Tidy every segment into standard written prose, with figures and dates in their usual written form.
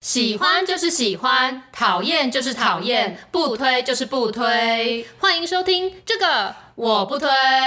喜欢就是喜欢，讨厌就是讨厌，不推就是不推。欢迎收听这个我不推。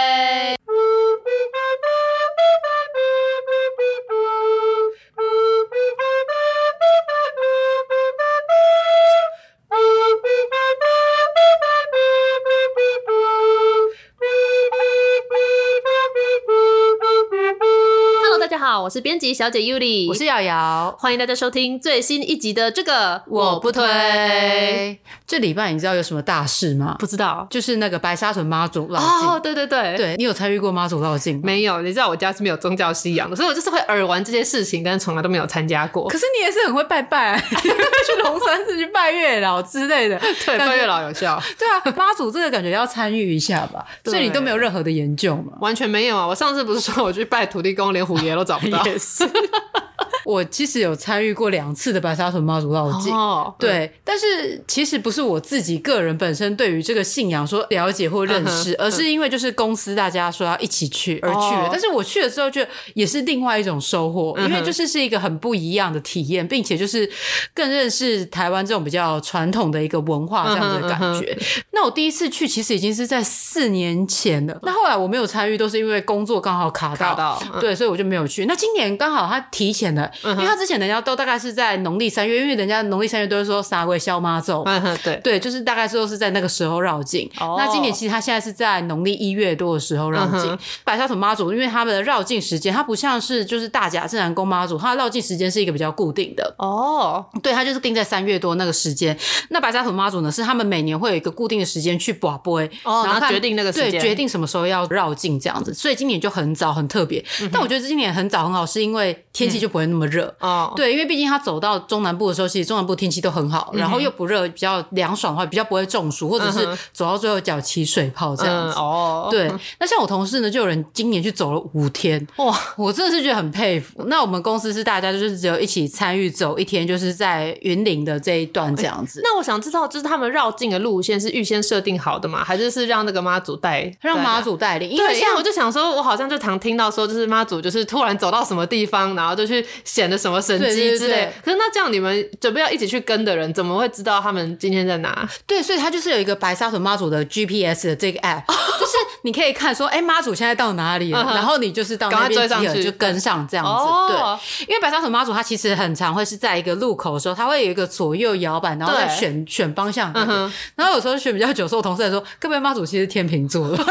大家好，我是编辑小姐 Yuli， 我是瑶瑶， 欢迎大家收听最新一集的这个我不推。这礼拜你知道有什么大事吗？ 不知道， 就是那个白沙屯妈祖绕境。 哦，对对对， 对，你有参与过妈祖绕境吗？ 没有，你知道我家是没有宗教信仰的，所以我就是会耳闻这些事情，但是从来都没有参加过。 可是你也是很会拜拜啊，你会去龙山寺去拜月老之类的。 对，拜月老有效。 对啊，妈祖这个感觉要参与一下吧。所以你都没有任何的研究吗？ 完全没有啊！我上次不是说我去拜土地公，连虎爷都找不到。 也是。我其实有参与过2次的白沙屯妈祖绕境，对，但是其实不是我自己个人本身对于这个信仰说了解或认识，而是因为就是公司大家说要一起去而去的。但是我去的时候就也是另外一种收获，因为就是一个很不一样的体验，并且就是更认识台湾这种比较传统的一个文化这样子的感觉。那我第一次去其实已经是在4年前了，那后来我没有参与都是因为工作刚好卡到，对，所以我就没有去。那今年刚好他提前了，因为他之前人家都大概是在农历3月，因为人家农历3月都是说三月消妈祖，对，就是大概都是在那个时候绕境。那今年其实他现在是在农历1月多的时候绕境。白沙屯妈祖因为他们的绕境时间，它不像是就是大甲镇南宫妈祖，它的绕境时间是一个比较固定的对，它就是定在3月多那个时间。那白沙屯妈祖呢，是他们每年会有一个固定的时间去跋杯，然后决定那个时间， 对，决定什么时候要绕境这样子。所以今年就很早很特别，但我觉得今年很早很好，是因为天气就不会那么热。对，因为毕竟他走到中南部的时候，其实中南部天气都很好，然后又不热，比较凉爽的话，比较不会中暑，或者是走到最后脚起水泡这样子。对，那像我同事呢，就有人今年去走了5天，哇，我真的是觉得很佩服。那我们公司是大家就是只有一起参与走1天，就是在云林的这一段这样子。 那我想知道，就是他们绕境的路线是预先设定好的吗？还是让那个妈祖让妈祖带领？因为我就想说，我好像就常听到说，就是妈祖就是突然走到什么地方，然后就去显了什么神迹之类。可是那这样你们准备要一起去跟的人怎么会知道他们今天在哪？ 对，所以他就是有一个白沙屯妈祖的 GPS 的这个 app， 就是你可以看说妈祖现在到哪里了，然后你就是到那边集合就跟上这样子。对，因为白沙屯妈祖他其实很常会是在一个路口的时候，他会有一个左右摇摆，然后再选方向，然后有时候选比较久，所以我同事来说会不会妈祖其实天秤座的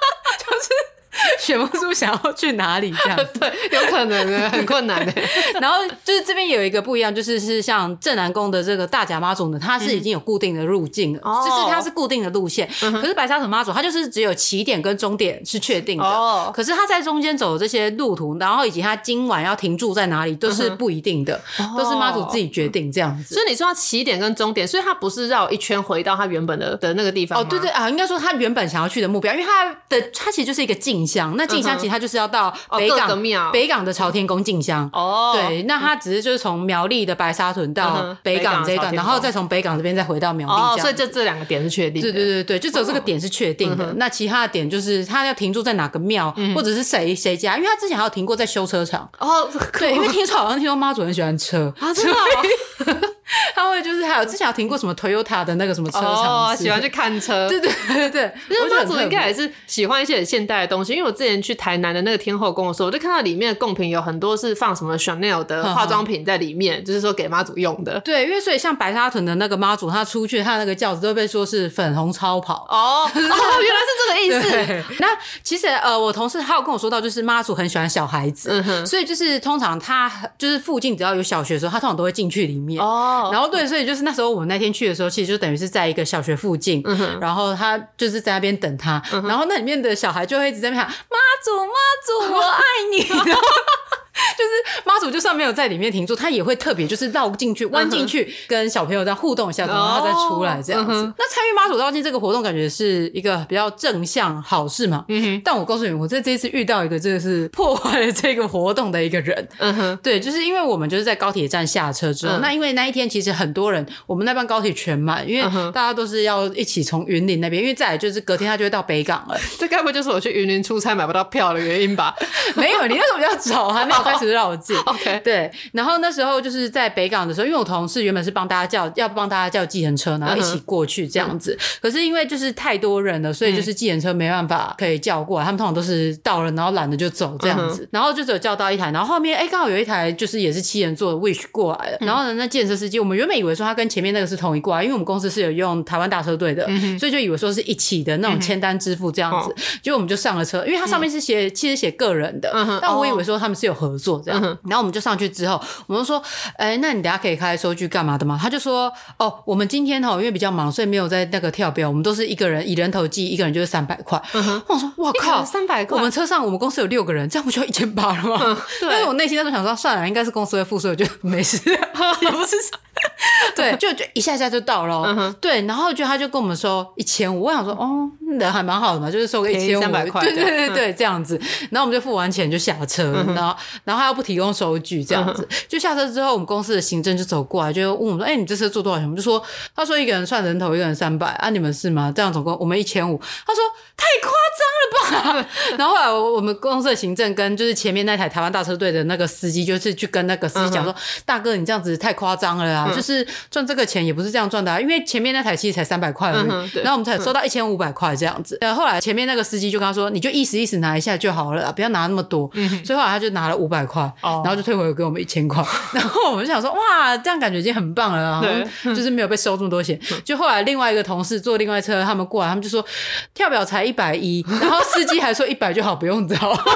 选不出想要去哪里这样对，有可能的，很困难的。 然后就是这边有一个不一样，就是像镇南宫的这个大甲妈祖呢，它是已经有固定的路径了，就是它是固定的路线。可是白沙屯妈祖它就是只有起点跟终点是确定的，可是它在中间走的这些路途，然后以及它今晚要停驻在哪里都是不一定的，都是妈祖自己决定这样子。 所以你说它起点跟终点，所以它不是绕一圈回到它原本的那个地方吗？ 对对啊，应该说它原本想要去的目标，因为它其实就是一个进香。那进香其实它就是要到北港的朝天宫进香。对，那它只是就是从苗栗的白沙屯到北港这一段，然后再从北港这边再回到苗栗这样。 所以这2个点是确定的。 对对对对，就只有这个点是确定的。那其他的点就是它要停驻在哪个庙，或者是谁家，因为它之前还有停过在修车厂。对，因为听说妈祖很喜欢车啊，真的他会就是还有之前有停过什么 Toyota 的那个什么车厂， 喜欢去看车。 对对对对， 因为妈祖应该也是喜欢一些很现代的东西。因为我之前去台南的那个天后宫的时候，我就看到里面的贡品有很多是放什么 Chanel 的化妆品在里面，就是说给妈祖用的。 对，因为所以像白沙屯的那个妈祖，他出去他的那个轿子都被说是粉红超跑。 原来是这个意思。 那其实我同事还有跟我说到，就是妈祖很喜欢小孩子，所以就是通常他就是附近只要有小学的时候，他通常都会进去里面。然后对，所以就是那时候我们那天去的时候，其实就等于是在一个小学附近，然后他就是在那边等他，然后那里面的小孩就会一直在那边喊妈祖我爱你。就是妈祖就算没有在里面停住，他也会特别就是绕进去弯进去跟小朋友这样互动一下，然后他再出来这样子。那参与妈祖绕境这个活动感觉是一个比较正向好事嘛。但我告诉你，我在这一次遇到一个真的是破坏了这个活动的一个人。对，就是因为我们就是在高铁站下车之后，那因为那一天其实很多人，我们那班高铁全满，因为大家都是要一起从云林那边，因为再来就是隔天他就会到北港了。 这该不会就是我去云林出差买不到票的原因吧？ 没有，你那时候比较早，还没有开始绕境。 OK， 对，然后那时候就是在北港的时候，因为我同事原本是帮大家叫计程车，然后一起过去这样子。可是因为就是太多人了，所以就是计程车没办法可以叫过来，他们通常都是到了然后懒得就走这样子。然后就只有叫到一台，然后后面刚好有一台就是也是7人座的 Wish 过来了。然后呢，那计程车司机我们原本以为说他跟前面那个是同一挂，因为我们公司是有用台湾大车队的，所以就以为说是一起的那种签单支付这样子。结果我们就上了车，因为它上面是其实写个人的，但我以为说他们是有合作这样。然后我们就上去之后，我们就说那你等一下可以开收据干嘛的吗？他就说我们今天因为比较忙，所以没有在那个跳表，我们都是一个人以人头计，一个人就是300块。我说哇靠 ，300块， 我们车上我们公司有6个人，这样不就1800了吗？ 对。 但是我内心那时候想说算了，应该是公司会付，所以我就没事，也不是对，就一下下就到了。对，然后他就跟我们说1500，我想说人还蛮好的嘛，就是收个1500 块， 对这样子。然后我们就付完钱就下车，然后他又不提供收据这样子。就下车之后，我们公司的行政就走过来，就问我们说：“你这车坐多少钱？”我们就说：“他说一个人算人头，一个人300啊，你们是吗？这样总共我们1500。”他说：“太夸张了吧！”然后后来我们公司的行政跟就是前面那台台湾大车队的那个司机，就是去跟那个司机讲说：“大哥，你这样子太夸张了啦，就是赚这个钱也不是这样赚的啊，因为前面那台其实才300块而已，然后我们才收到1500块这样子。后来前面那个司机就跟他说：“你就意思拿一下就好了，不要拿那么多。”所以后来他就拿了500块，然后就退回给我们1000块。然后我们就想说：“哇，这样感觉已经很棒了啊，就是没有被收这么多钱。”就后来另外一个同事坐另外车，他们过来，他们就说跳表才110，然后司机还说100就好，不用找。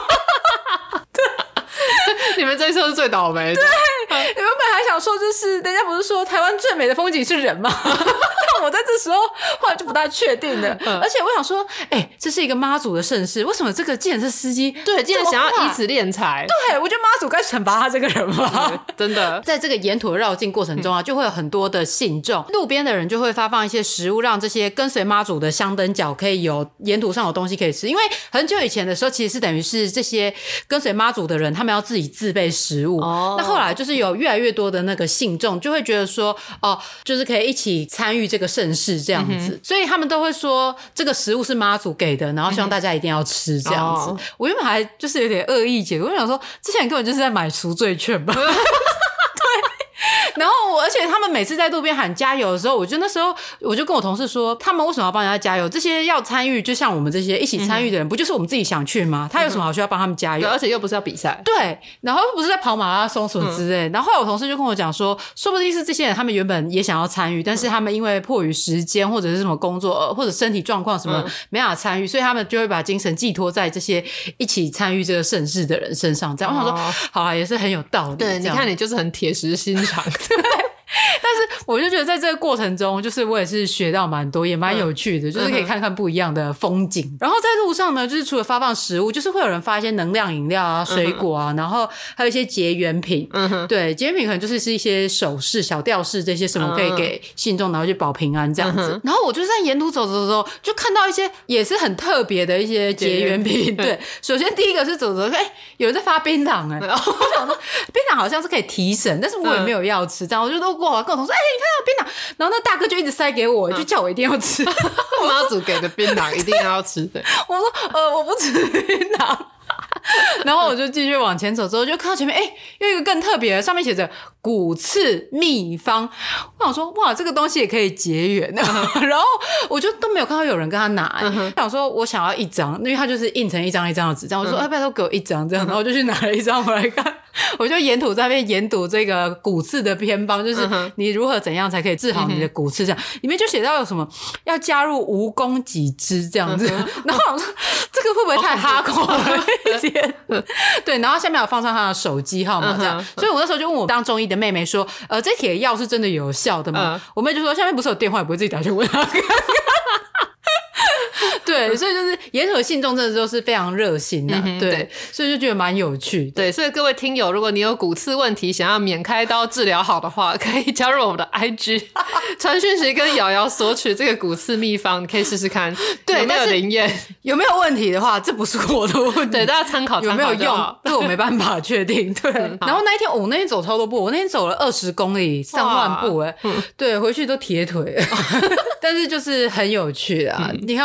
你们这一车是最倒霉的。 对，原本还想说就是人家不是说台湾最美的风景是人吗？但我在这时候后来就不大确定了。而且我想说这是一个妈祖的盛事，为什么这个计程车司机竟然想要以此敛财？ 对，我觉得妈祖该惩罚他这个人吧。 真的，在这个沿途的绕境过程中啊，就会有很多的信众，路边的人就会发放一些食物，让这些跟随妈祖的香灯脚可以有沿途上有东西可以吃。因为很久以前的时候，其实是等于是这些跟随妈祖的人，他们要自己自备食物。那后来就是有越来越多的那个信众就会觉得说就是可以一起参与这个盛事这样子，所以他们都会说这个食物是妈祖给的，然后希望大家一定要吃这样子。我原本还就是有点恶意解读，我想说之前根本就是在买赎罪券吧。然后而且他们每次在路边喊加油的时候，我就那时候我就跟我同事说，他们为什么要帮人家加油？这些要参与，就像我们这些一起参与的人，不就是我们自己想去吗？他有什么好需要帮他们加油？ 而且又不是要比赛。 对，然后又不是在跑马拉松什么之类。然后后来我同事就跟我讲说，说不定是这些人他们原本也想要参与，但是他们因为迫于时间或者是什么工作或者身体状况什么没办法参与，所以他们就会把精神寄托在这些一起参与这个盛事的人身上。这样我想说，好啊，也是很有道理。 对，你看你就是很铁石心肠。 但是我就觉得在这个过程中，就是我也是学到蛮多，也蛮有趣的，就是可以看看不一样的风景。然后在路上呢，就是除了发放食物，就是会有人发一些能量饮料啊、水果啊，然后还有一些结缘品。对，结缘品可能就是一些首饰、小吊饰这些什么可以给信众，然后去保平安这样子。然后我就在沿途走，就看到一些也是很特别的一些结缘品。对，首先第一个是走，有人在发槟榔然后我想说槟榔好像是可以提神，但是我也没有要吃，这样我就都过来跟我同事，你看到槟榔，然后那大哥就一直塞给我，就叫我一定要吃。 妈祖给的槟榔一定要吃的。 我说我不吃槟榔。然后我就继续往前走，之后就看到前面又一个更特别的，上面写着骨刺秘方。我想说哇，这个东西也可以结缘然后我就都没有看到有人跟他拿想说我想要一张，因为他就是印成一张一张的纸张，我说拜托给我一张这样，然后我就去拿了一张回来看。我就沿途在那边研读这个骨刺的偏方，就是你如何怎样才可以治好你的骨刺，这样里面就写到有什么要加入蜈蚣几只这样子。然后我说这个会不会太哈口了一点？对，然后下面有放上他的手机号码这样。所以我那时候就问我当中医的妹妹说这帖药是真的有效的吗？我妹就说下面不是有电话，也不会自己打去问他对，所以就是沿途的信众真的都是非常热心的对，所以就觉得蛮有趣的。 对，所以各位听友，如果你有骨刺问题想要免开刀治疗好的话，可以加入我们的 IG 传讯息跟瑶瑶索取这个骨刺秘方，你可以试试看对有没有灵验。 有没有问题的话，这不是我的问题， 对，大家参考有没有用，这我没办法确定。对，然后那一天我那天走超多步，我那天走了20公里3万步对，回去都铁腿但是就是很有趣啊你看我就是参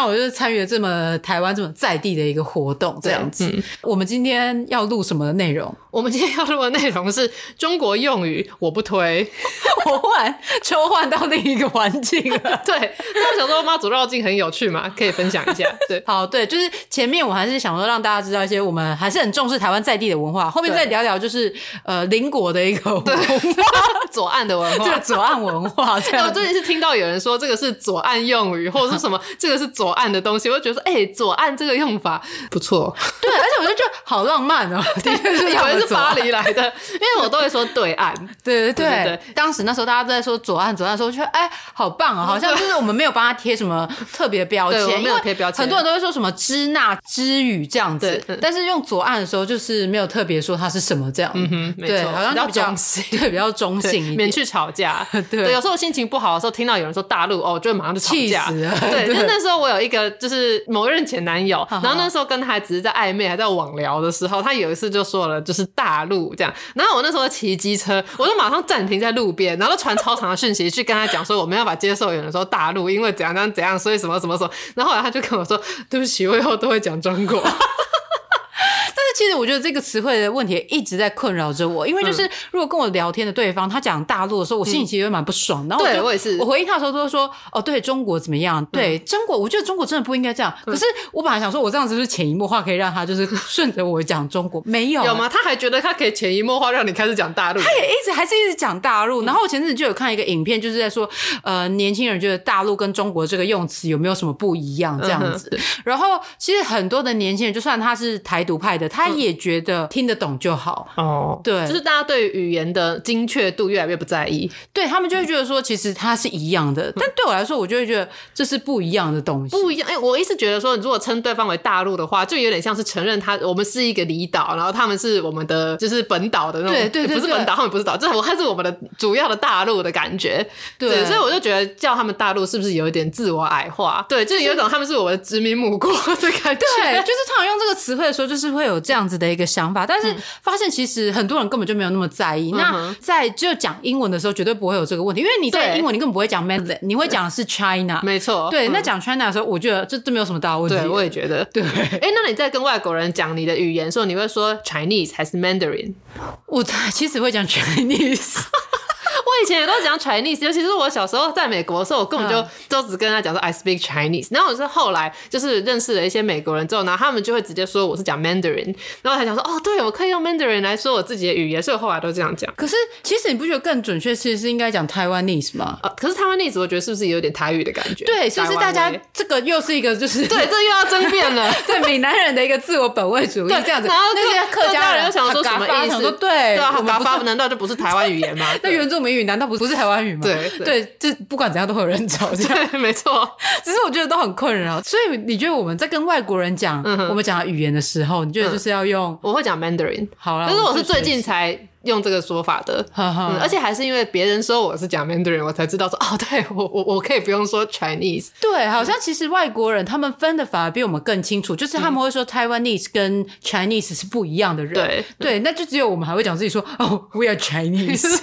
参与了这么台湾这么在地的一个活动这样子。我们今天要录什么内容？ 我们今天要录的内容是中国用语我不推。 我忽然抽换到另一个环境了。 对，那我想说妈祖绕境很有趣嘛，可以分享一下。对， 好，对，就是前面我还是想说让大家知道一些我们还是很重视台湾在地的文化，后面再聊聊就是邻国的一个文化， 左岸的文化， 对，左岸文化。 我最近是听到有人说这个是左岸用语，或者是什么这个是左岸的东西，我就觉得说左岸这个用法不错。 对，而且我就觉得好浪漫哦，的确是以为是巴黎来的，因为我都会说对岸。 对对 对，当时那时候大家都在说左岸左岸的时候，我觉得好棒哦，好像就是我们没有帮他贴什么特别的标签， 对，没有贴标签， 很多人都会说什么支那支语这样子，但是用左岸的时候就是没有特别说它是什么这样。 对，好像比较中性，对，比较中性一点， 免去吵架。对，有时候心情不好的时候，听到有人说大陆，我就会马上就吵架， 气死了。 对，就那时候我有一个就是某任前男友，然后那时候跟他还只是在暧昧，还在网聊的时候，他有一次就说了就是大陆这样，然后我那时候骑机车，我就马上暂停在路边，然后传超长的讯息去跟他讲说我没有办法接受有人说大陆，因为怎样怎样怎样，所以什么什么什么，然后后来他就跟我说对不起，我以后都会讲中国。 但是其实我觉得这个词汇的问题一直在困扰着我，因为就是如果跟我聊天的对方他讲大陆的时候，我心里其实会蛮不爽，然后对我也是， 我回应他的时候都会说对中国怎么样，对中国，我觉得中国真的不应该这样。可是我本来想说我这样子是不是潜移默化可以让他就是顺着我讲中国，没有吗？他还觉得他可以潜移默化让你开始讲大陆， 他也还是一直讲大陆。然后我前阵子就有看一个影片，就是在说年轻人觉得大陆跟中国这个用词有没有什么不一样这样子。然后其实很多的年轻人就算他是台独派的，他也觉得听得懂就好。对， 就是大家对语言的精确度越来越不在意， 对，他们就会觉得说其实它是一样的，但对我来说我就会觉得这是不一样的东西， 不一样。我一直觉得说你如果称对方为大陆的话，就有点像是承认我们是一个离岛，然后他们是我们的就是本岛的那种， 对， 不是本岛，他们不是岛，它是我们的主要的大陆的感觉。对，所以我就觉得叫他们大陆是不是有一点自我矮化？对，就是有一种他们是我们的殖民母国的感觉。 对，就是通常用这个词汇的时候就是会有这样子的一个想法，但是发现其实很多人根本就没有那么在意。那在就讲英文的时候绝对不会有这个问题，因为你在英文你根本不会讲 mainland， 你会讲的是 China。 没错， 对，那讲 China 的时候我觉得这没有什么大问题。 对，我也觉得。对，那你在跟外国人讲你的语言的时候，你会说 Chinese 还是 Mandarin？ 我其实会讲 Chinese。 我以前也都讲 Chinese， 尤其是我小时候在美国的时候，我根本就都只跟他讲说 I speak Chinese。然后我是后来就是认识了一些美国人之后，然后他们就会直接说我是讲 Mandarin， 然后才想说对，我可以用 Mandarin 来说我自己的语言，所以我后来都这样讲。 可是其实你不觉得更准确是应该讲 Taiwanese 吗？ 可是 Taiwanese 我觉得是不是有点台语的感觉？ 对，所以是大家这个又是一个就是对，这又要争辩了。 对，闽南人的一个自我本位主义这样子， 然后那些客家人又想说什么意思？ 对啊，哈嘎发难道就不是台湾语言吗？ 那原住民语难道不是台湾语吗？对，这不管怎样都会有人吵架。 对，没错。 只是我觉得都很困扰。所以你觉得我们在跟外国人讲我们讲的语言的时候，你觉得就是要用？ 我会讲 Mandarin。 好啦， 但是我是最近才用这个说法的。而且还是因为别人说我是讲 Mandarin， 我才知道说对，我可以不用说 Chinese。 对，好像其实外国人他们分的反而比我们更清楚，就是他们会说 Taiwanese 跟 Chinese 是不一样的人。对，那就只有我们还会讲自己说we are Chinese。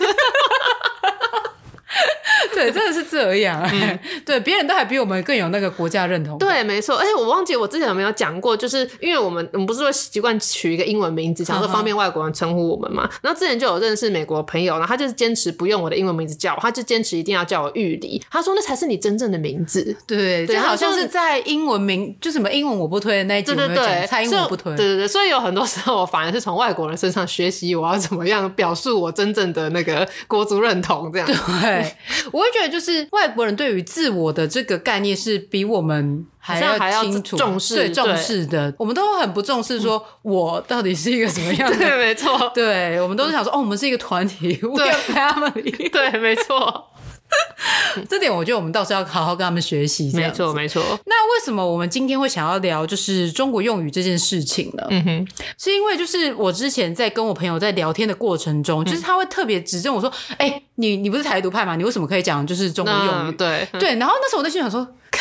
对，真的是这样。对，别人都还比我们更有那个国家认同。 对，没错。而且我忘记我之前有没有讲过，就是因为我们不是会习惯取一个英文名字，想说方便外国人称呼我们嘛。然后之前就有认识美国朋友，然后他就是坚持不用我的英文名字叫我，他就坚持一定要叫我玉梨。他说那才是你真正的名字。 对，就好像是在英文名就什么英文我不推的那一集，对，蔡英文我不推。 对，所以有很多时候我反而是从外国人身上学习我要怎么样表述我真正的那个国族认同这样。 对，我会觉得就是外国人对于自我的这个概念是比我们还要清楚重视， 对，重视的。我们都很不重视说我到底是一个什么样的。 对，没错。 对，我们都是想说我们是一个团体， We are family。 对，没错。 这点我觉得我们倒是要好好跟他们学习。 没错，没错。 那为什么我们今天会想要聊就是中国用语这件事情呢？是因为就是我之前在跟我朋友在聊天的过程中，就是他会特别指正我说你不是台独派吗？你为什么可以讲就是中国用语？ 对，然后那时候我在心想说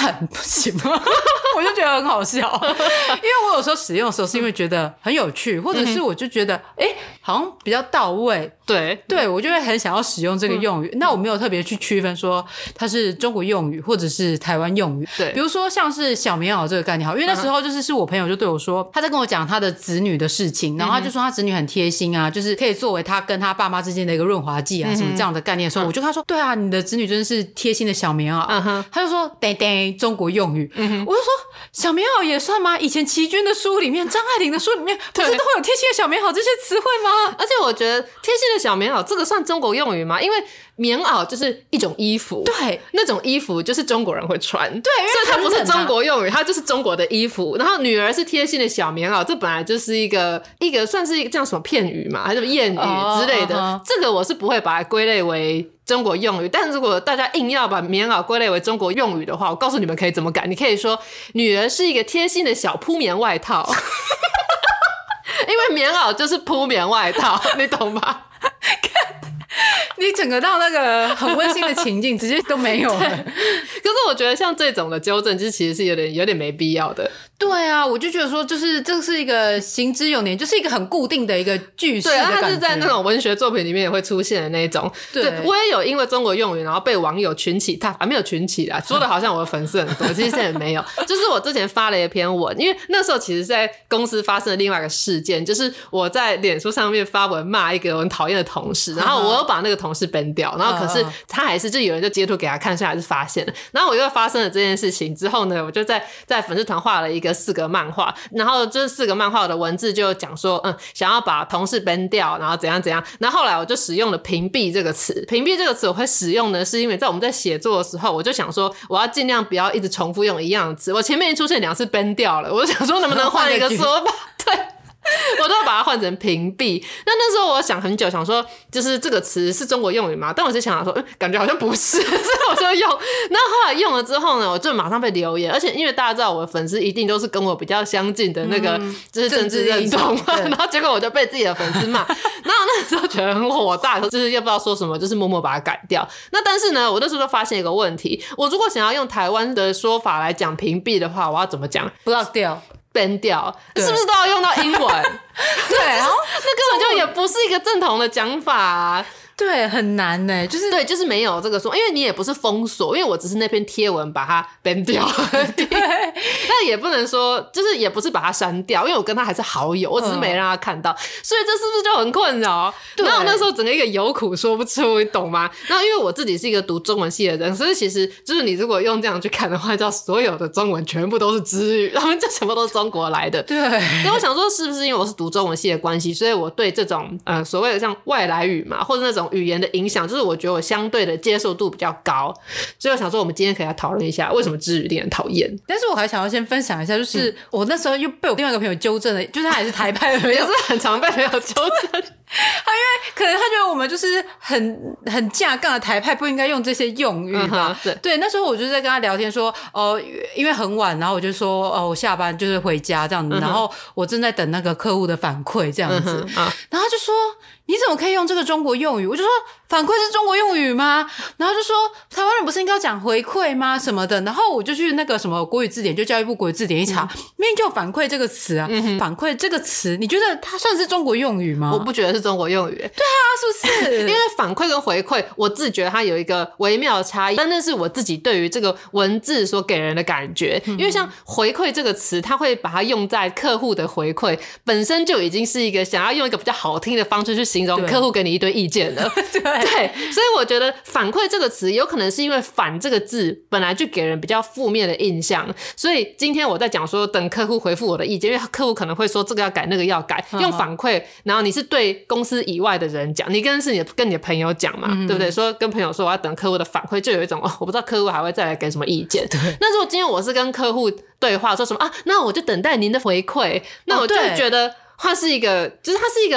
很不行吗？我就觉得很好笑，因为我有时候使用的时候是因为觉得很有趣，或者是我就觉得好像比较到位，对，我就会很想要使用这个用语。那我没有特别去区分说它是中国用语或者是台湾用语。 对， 比如说像是小棉袄这个概念好，因为那时候是我朋友就对我说，他在跟我讲他的子女的事情，然后他就说他子女很贴心啊，就是可以作为他跟他爸妈之间的一个润滑剂啊，什么这样的概念的时候，我就跟他说，对啊，你的子女真的是贴心的小棉袄。他就说中国用语。我就说小棉袄也算吗？以前齐军的书里面，张爱玲的书里面不是都会有贴心的小棉袄这些词汇吗？ 而且我觉得贴心的小棉袄这个算中国用语吗？因为棉袄就是一种衣服， 对， 那种衣服就是中国人会穿， 对， 所以它不是中国用语，它就是中国的衣服。然后女儿是贴心的小棉袄，这本来就是一个算是一个叫什么片语嘛，还是谚语之类的。这个我是不会把它归类为中国用语，但如果大家硬要把棉袄归类为中国用语的话，我告诉你们可以怎么改。你可以说女儿是一个贴心的小铺棉外套，因为棉袄就是铺棉外套，你懂吗？ 你整个到那个很温馨的情境直接都没有了。可是我觉得像这种的纠正其实是有点没必要的。 对啊，我就觉得说就是这是一个行之有年，就是一个很固定的一个句式的感觉。 对，它是在那种文学作品里面也会出现的那种。对，我也有因为中国用语然后被网友群起没有群起啦，说的好像我的粉丝很多，其实现在也没有。就是我之前发了一篇文，因为那时候其实在公司发生了另外一个事件，就是我在脸书上面发文骂一个我很讨厌的同事，然后我又把那个同事 ban 掉，然后可是他还是就有人就截图给他看，所以还是发现了。然后我又发生了这件事情之后呢，我就在粉丝团画了一个4个漫画，然后这4个漫画的文字就讲说想要把同事 ban 掉，然后怎样怎样。然后后来我就使用了屏蔽这个词。屏蔽这个词我会使用呢，是因为在我们在写作的时候，我就想说我要尽量不要一直重复用一样的词。我前面出现2次 ban 掉了，我就想说能不能换一个说法。对，我都把它换成屏蔽。那时候我想很久，想说就是这个词是中国用语吗？但我就想说感觉好像不是，所以我就用。那后来用了之后呢，我就马上被留言，而且因为大家知道我的粉丝一定都是跟我比较相近的那个就是政治认同嘛，然后结果我就被自己的粉丝骂。然后那时候觉得很火大，就是又不知道说什么，就是默默把它改掉。那但是呢，我那时候就发现一个问题，我如果想要用台湾的说法来讲屏蔽的话，我要怎么讲 ？block 掉。 ban 掉，是不是都要用到英文？ 对，然后那根本就也不是一个正统的讲法啊。 对，很难呢， 就是没有这个说，因为你也不是封锁，因为我只是那篇贴文把它 ban 掉而已。但也不能说，就是也不是把它删掉，因为我跟他还是好友，我只是没让他看到，所以这是不是就很困扰？然后我那时候整个一个有苦说不出，你懂吗？然后因为我自己是一个读中文系的人，所以其实就是你如果用这样去看的话，叫所有的中文全部都是支语，他们就全部都是中国来的。 对， 所以我想说，是不是因为我是读中文系的关系，所以我对这种所谓的像外来语嘛，或者那种语言的影响，就是我觉得我相对的接受度比较高，所以我想说我们今天可以来讨论一下为什么支语令人讨厌。 但是我还想要先分享一下，就是我那时候又被我另外一个朋友纠正了，就是他也是台派的朋友， 也是很常被朋友纠正。 他因为可能他觉得我们就是很架杠的台派不应该用这些用语吧。对，那时候我就在跟他聊天说因为很晚，然后我就说我下班就是回家这样子，然后我正在等那个客户的反馈这样子，然后他就说你怎么可以用这个中国用语？我就说反馈是中国用语吗？然后就说台湾人不是应该要讲回馈吗什么的，然后我就去那个什么国语字典，就教育部国语字典一查，明明就有反馈这个词啊。反馈这个词你觉得它算是中国用语吗？ 我不觉得是中国用语。 对啊，是不是？因为反馈跟回馈我自己觉得它有一个微妙的差异，但那是我自己对于这个文字所给人的感觉。因为像回馈这个词，它会把它用在客户的回馈本身就已经是一个想要用一个比较好听的方式去形容客户给你一堆意见了。对，所以我觉得反馈这个词有可能是因为反这个字本来就给人比较负面的印象，所以今天我在讲说等客户回复我的意见，因为客户可能会说这个要改那个要改，用反馈，然后你是对公司以外的人讲，你跟你的朋友讲嘛，对不对？说跟朋友说我要等客户的反馈，就有一种我不知道客户还会再来给什么意见。那如果今天我是跟客户对话说什么那我就等待您的回馈，那我就觉得它是一个就是它是一个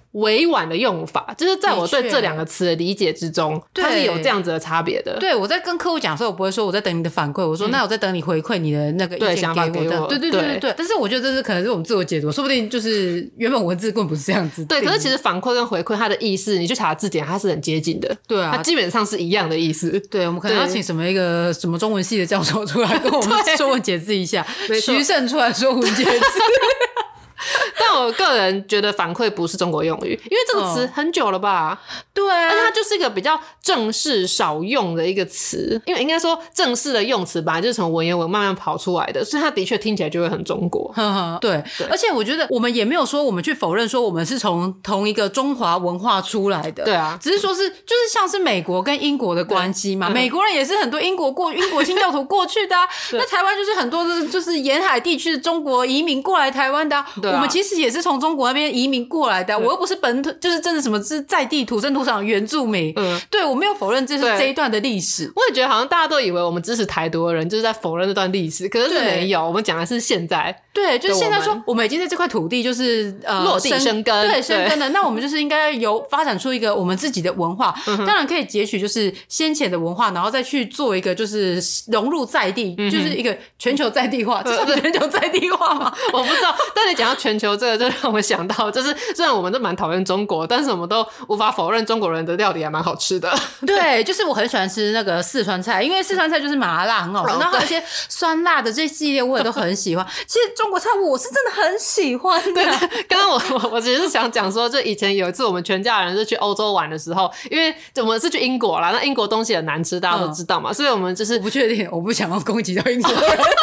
委婉的用法，就是在我对这两个词的理解之中，它是有这样子的差别的。 对，我在跟客户讲的时候，我不会说我在等你的反馈，我说那我在等你回馈你的那个意见给我的。对。但是我觉得这是可能是我们自我解读，说不定就是原本文字根本不是这样子。 对，可是其实反馈跟回馈它的意思，你去查字典，它是很接近的。 对啊， 它基本上是一样的意思。 对，我们可能要请什么一个什么中文系的教授出来跟我们说文解字一下，徐胜出来说文解字。 但我个人觉得反馈不是中国用语，因为这个词很久了吧？ 对啊， 而且它就是一个比较正式少用的一个词，因为应该说正式的用词本来就是从文言文慢慢跑出来的，所以它的确听起来就会很中国。 对，而且我觉得我们也没有说我们去否认说我们是从同一个中华文化出来的， 对啊， 只是说就是像是美国跟英国的关系嘛，美国人也是很多英国清教徒过去的啊，那台湾就是很多就是沿海地区的中国移民过来台湾的啊，我们其实也是从中国那边移民过来的啊，我又不是本土，就是真的什么是在地土生土长的原住民，对，我没有否认这一段的历史。 我也觉得好像大家都以为我们支持台独的人就是在否认这段历史，可是没有，我们讲的是现在。 对，就是现在说我们已经在这块土地就是落地生根， 对，生根的，那我们就是应该有发展出一个我们自己的文化，当然可以截取就是先前的文化，然后再去做一个就是融入在地，就是一个全球在地化，这是全球在地化吗？ 我不知道，但你讲到全球这个，就让我想到，就是虽然我们都蛮讨厌中国，但是我们都无法否认中国人的料理还蛮好吃的。 对，就是我很喜欢吃那个四川菜，因为四川菜就是麻辣很好吃，然后还有一些酸辣的这系列我也都很喜欢。其实中国菜我是真的很喜欢的。 对，刚刚我其实是想讲说，就以前有一次我们全家人是去欧洲玩的时候，因为我们是去英国啦，那英国东西很难吃，大家都知道嘛，所以我们就是我不确定，我不想要攻击到英国人。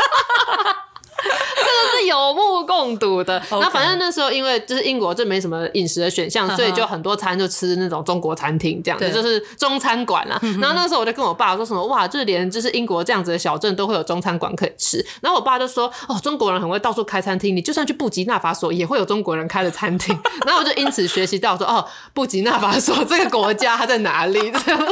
这个是有目共睹的。那反正那时候因为就是英国这没什么饮食的选项，所以就很多餐就吃那种中国餐厅这样子，就是中餐馆啦。然后那时候我就跟我爸说什么，哇，就是连就是英国这样子的小镇都会有中餐馆可以吃。然后我爸就说，哦，中国人很会到处开餐厅，你就算去布吉纳法索也会有中国人开的餐厅。然后我就因此学习到说，哦，布吉纳法索这个国家它在哪里？这样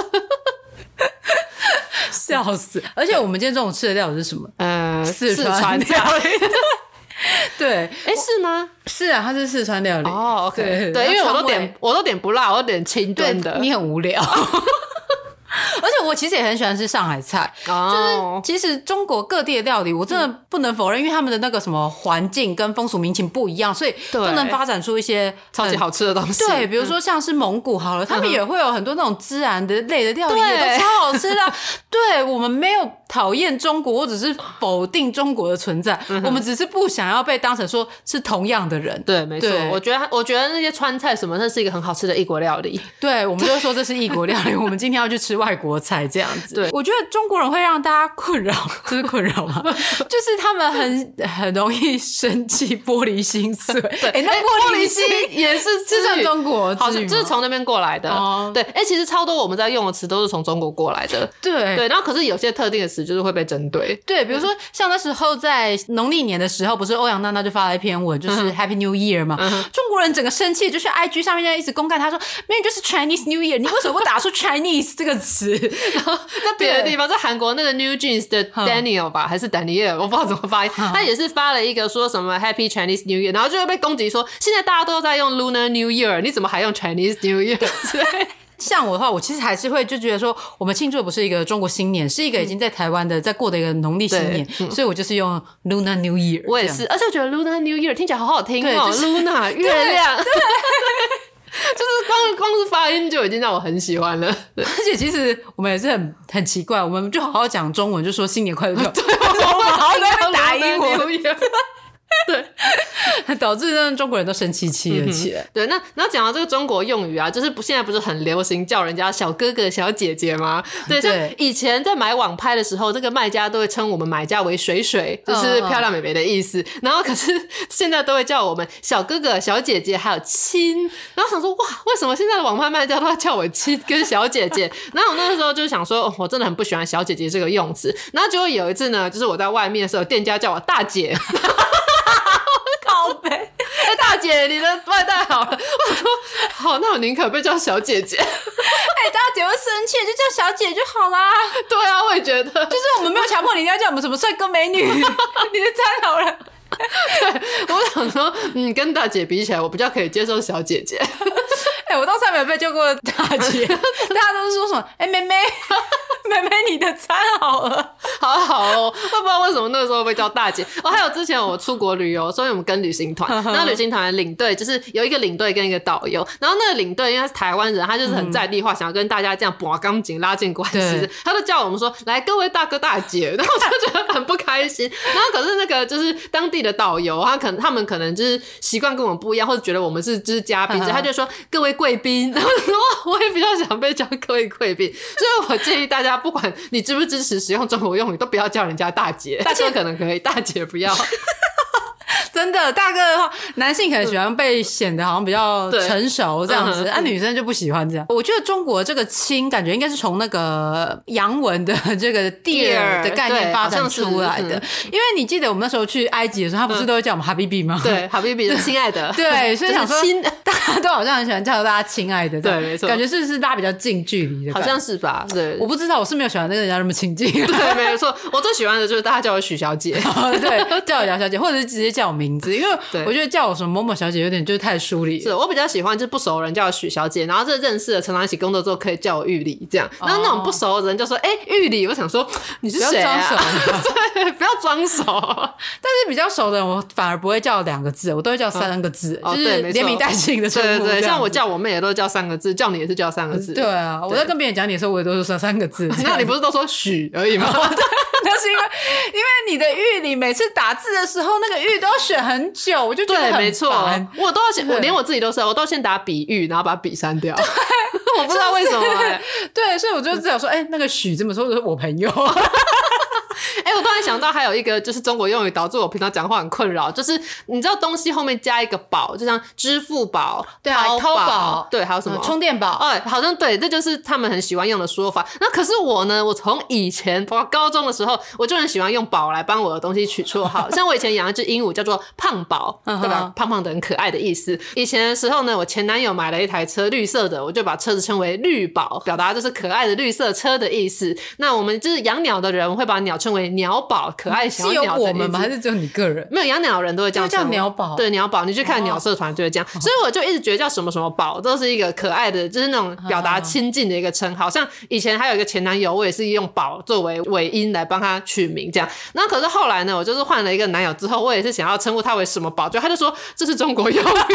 笑死！而且我们今天中午吃的料理是什么？四川料理。对， 是吗？ 是啊，它是四川料理。 哦 ，OK， 对，因为我都点不辣，我都点清炖的。 你很无聊。而且我其实也很喜欢吃上海菜，就是其实中国各地的料理我真的不能否认，因为他们的那个什么环境跟风俗民情不一样，所以都能发展出一些超级好吃的东西。 对，比如说像是蒙古好了，他们也会有很多那种孜然的类的料理，也都超好吃的。对，我们没有讨厌中国，或者是否定中国的存在，我们只是不想要被当成说是同样的人。 对，没错。我觉得那些川菜什么，那是一个很好吃的异国料理。 对，我们就说这是异国料理，我们今天要去吃外国菜这样子。对，我觉得中国人会让大家困扰，这是困扰吗？就是他们很容易生气，玻璃心碎。对，那玻璃心也是算中国， 好像就是从那边过来的。对，其实超多我们在用的词都是从中国过来的。 对， 然后可是有些特定的词就是会被针对。 对，比如说像那时候在农历年的时候，不是欧阳娜娜就发了一篇文，就是 Happy New Year 嘛。中国人整个生气，就去 IG 上面一直公干，他说明明就是 Chinese New Year， 你为什么不打出 Chinese 这个词？ 然后在别的地方，在韩国那个 New Jeans 的 Daniel 吧，还是 Daniel， 我不知道怎么发音，他也是发了一个说什么 Happy Chinese New Year， 然后就会被攻击说现在大家都在用 Lunar New Year， 你怎么还用 Chinese New Year？ 像我的话，我其实还是会就觉得说，我们庆祝的不是一个中国新年，是一个已经在台湾的在过的一个农历新年，所以我就是用 Lunar New Year。我也是，而且我觉得 Lunar New Year 听起来好好听哦，就是，Luna 月亮。就是光是发音就已经让我很喜欢了。 而且其实我们也是很奇怪，我们就好好讲中文，就说新年快乐。 对，我们好好在打英文。 对，导致让中国人都生气了起来。 对，那讲到这个中国用语啊，就是现在不是很流行叫人家小哥哥小姐姐吗？对，像以前在买网拍的时候，这个卖家都会称我们买家为水水，就是漂亮美眉的意思。然后可是现在都会叫我们小哥哥小姐姐还有亲。然后想说哇，为什么现在的网拍卖家都要叫我亲跟小姐姐？然后我那个时候就想说，我真的很不喜欢小姐姐这个用词。然后结果有一次呢，就是我在外面的时候，店家叫我大姐。靠北，大姐，你的外带好了。我说好，那我宁可被叫小姐姐。 大姐会生气，就叫小姐就好啦。 对啊，我也觉得， 就是我们没有强迫你一定要叫我们什么帅哥美女，你的餐好了。 对，我想说跟大姐比起来我比较可以接受小姐姐。 我到现在没有被叫过大姐，大家都是说什么妹妹妹妹你的餐好了， 好哦，我不知道为什么那个时候被叫大姐。还有之前我出国旅游，所以我们跟旅行团，那旅行团的领队就是有一个领队跟一个导游，然后那个领队因为他是台湾人，他就是很在地化，想要跟大家这样拔钢筋拉近关系，他就叫我们说来各位大哥大姐，然后我就觉得很不开心。然后可是那个就是当地的导游，他们可能就是习惯跟我们不一样，或者觉得我们是就是嘉宾，他就说各位贵宾，然后我也比较想被叫各位贵宾，所以我建议大家不管你支不支持使用中国用语，都不要叫人家大姐，大哥可能可以，大姐不要。 真的，大哥的话，男性可能喜欢被显得好像比较成熟这样子，女生就不喜欢这样。我觉得中国这个亲感觉应该是从那个洋文的这个 dear 的概念发展出来的，因为你记得我们那时候去埃及的时候，他不是都会叫我们哈比比吗？ 对，哈比比就亲爱的。 对，所以想说大家都好像很喜欢叫大家亲爱的， 对，没错， 感觉是不是大家比较近距离的？ 好像是吧？对， 我不知道，我是没有喜欢跟人家那么亲近。 对，没错，我最喜欢的就是大家叫我许小姐， 对，叫我姚小姐，或者是直接叫我名字，因为我觉得叫我什么某某小姐有点就是太疏离了。 是我比较喜欢就是不熟的人叫我许小姐，然后这认识了常常一起工作之后可以叫我玉里这样，然后那种不熟的人就说玉里，我想说你是谁啊？不要装熟。对，不要装熟。 但是比较熟的人我反而不会叫2个字，我都会叫3个字，就是连名带姓的称呼。 对，像我叫我妹也都叫3个字，叫你也是叫3个字。 对啊，我在跟别人讲你的时候我也都是说3个字。 那你不是都说许而已吗？ 那是因为你的玉里每次打字的时候那个玉都要选很久，我就觉得很烦。 对，没错，我都要先，我连我自己都是，我都先打比喻，然后把笔删掉。我不知道为什么。 对，所以我就只有说那个许这么说，就是我朋友。 我突然想到还有一个就是中国用语导致我平常讲话很困扰，就是你知道东西后面加一个宝，就像支付宝、 对啊，淘宝， 对，还有什么充电宝， 好像对，这就是他们很喜欢用的说法。那可是我呢，我从以前包括高中的时候，我就很喜欢用宝来帮我的东西取绰号。像我以前养一只鹦鹉叫做胖宝，对吧？胖胖的很可爱的意思。以前的时候呢，我前男友买了一台车，绿色的，我就把车子称为绿宝，表达就是可爱的绿色车的意思。那我们就是养鸟的人会把鸟称为鸟宝，可爱小鸟。 是有我们吗？还是只有你个人？ 没有，养鸟的人都会这样叫鸟宝。 对，鸟宝，你去看鸟社团就会这样。所以我就一直觉得叫什么什么宝都是一个可爱的，就是那种表达亲近的一个称号。像以前还有一个前男友，我也是用宝作为尾音来帮他取名这样。那可是后来呢，我就是换了一个男友之后，我也是想要称呼他为什么宝，他就说这是中国用语。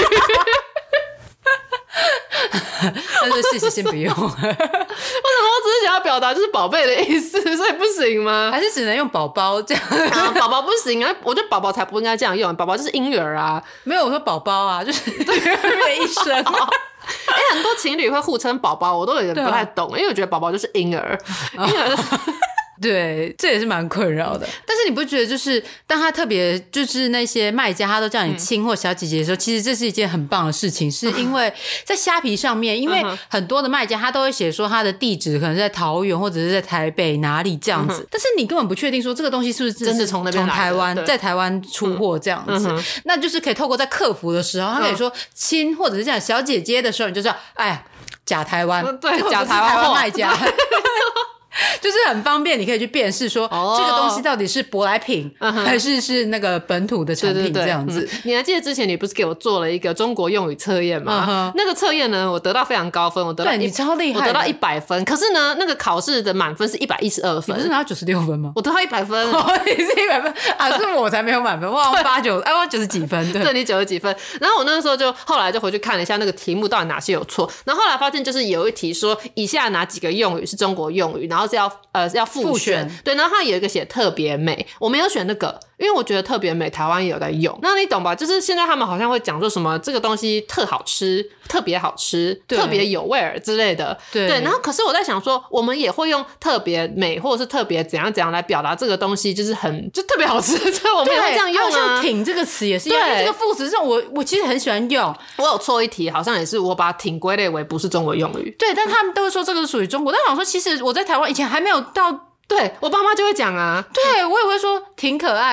但是事实先不用。为什么？我只是想要表达就是宝贝的意思，所以不行吗？ 还是只能用宝宝这样？ 宝宝不行啊！我觉得宝宝才不应该这样用，宝宝就是婴儿啊。 没有，我说宝宝啊，就是对一生。 很多情侣会互称宝宝，我都有点不太懂，因为我觉得宝宝就是婴儿，婴儿。 对，这也是蛮困扰的。但是你不觉得就是当他特别就是那些卖家他都叫你亲或小姐姐的时候，其实这是一件很棒的事情，是因为在虾皮上面，因为很多的卖家他都会写说他的地址可能是在桃园或者是在台北哪里这样子，但是你根本不确定说这个东西是不是真的从那边来的， 台湾在台湾出货这样子，那就是可以透过在客服的时候，他可以说亲或者是这样小姐姐的时候，你就知道哎假台湾， 对，假台湾卖家。就是很方便，你可以去辨识说这个东西到底是舶来品还是那个本土的产品这样子。 你还记得之前你不是给我做了一个中国用语测验吗？那个测验呢，我得到非常高分，我得到你超厉害， 我得到100分。可是呢，那个考试的满分是112分， 你不是拿到96分吗？ 我得到100分， 你是100分啊？是我才没有满分，我90几分， 对你90几分。然后我那时候后来就回去看了一下那个题目到底哪些有错，然后后来发现就是有一题说以下哪几个用语是中国用语，然后是要复选，对，然后它有一个写特别美，我没有选那个，因为我觉得特别美台湾也有在用，那你懂吧？就是现在他们好像会讲说什么这个东西特好吃、特别好吃、特别有味儿之类的，对。然后可是我在想说，我们也会用特别美或者是特别怎样怎样来表达这个东西，就是就特别好吃，所以我们也会这样用啊。 像挺这个词也是，因为这个副词这种我其实很喜欢用。 我有错一题，好像也是我把挺归类为不是中国用语， 对，但他们都会说这个是属于中国。但我想说，其实我在台湾以前还没有到。 对，我爸妈就会讲啊， 对，我也会说挺可爱的，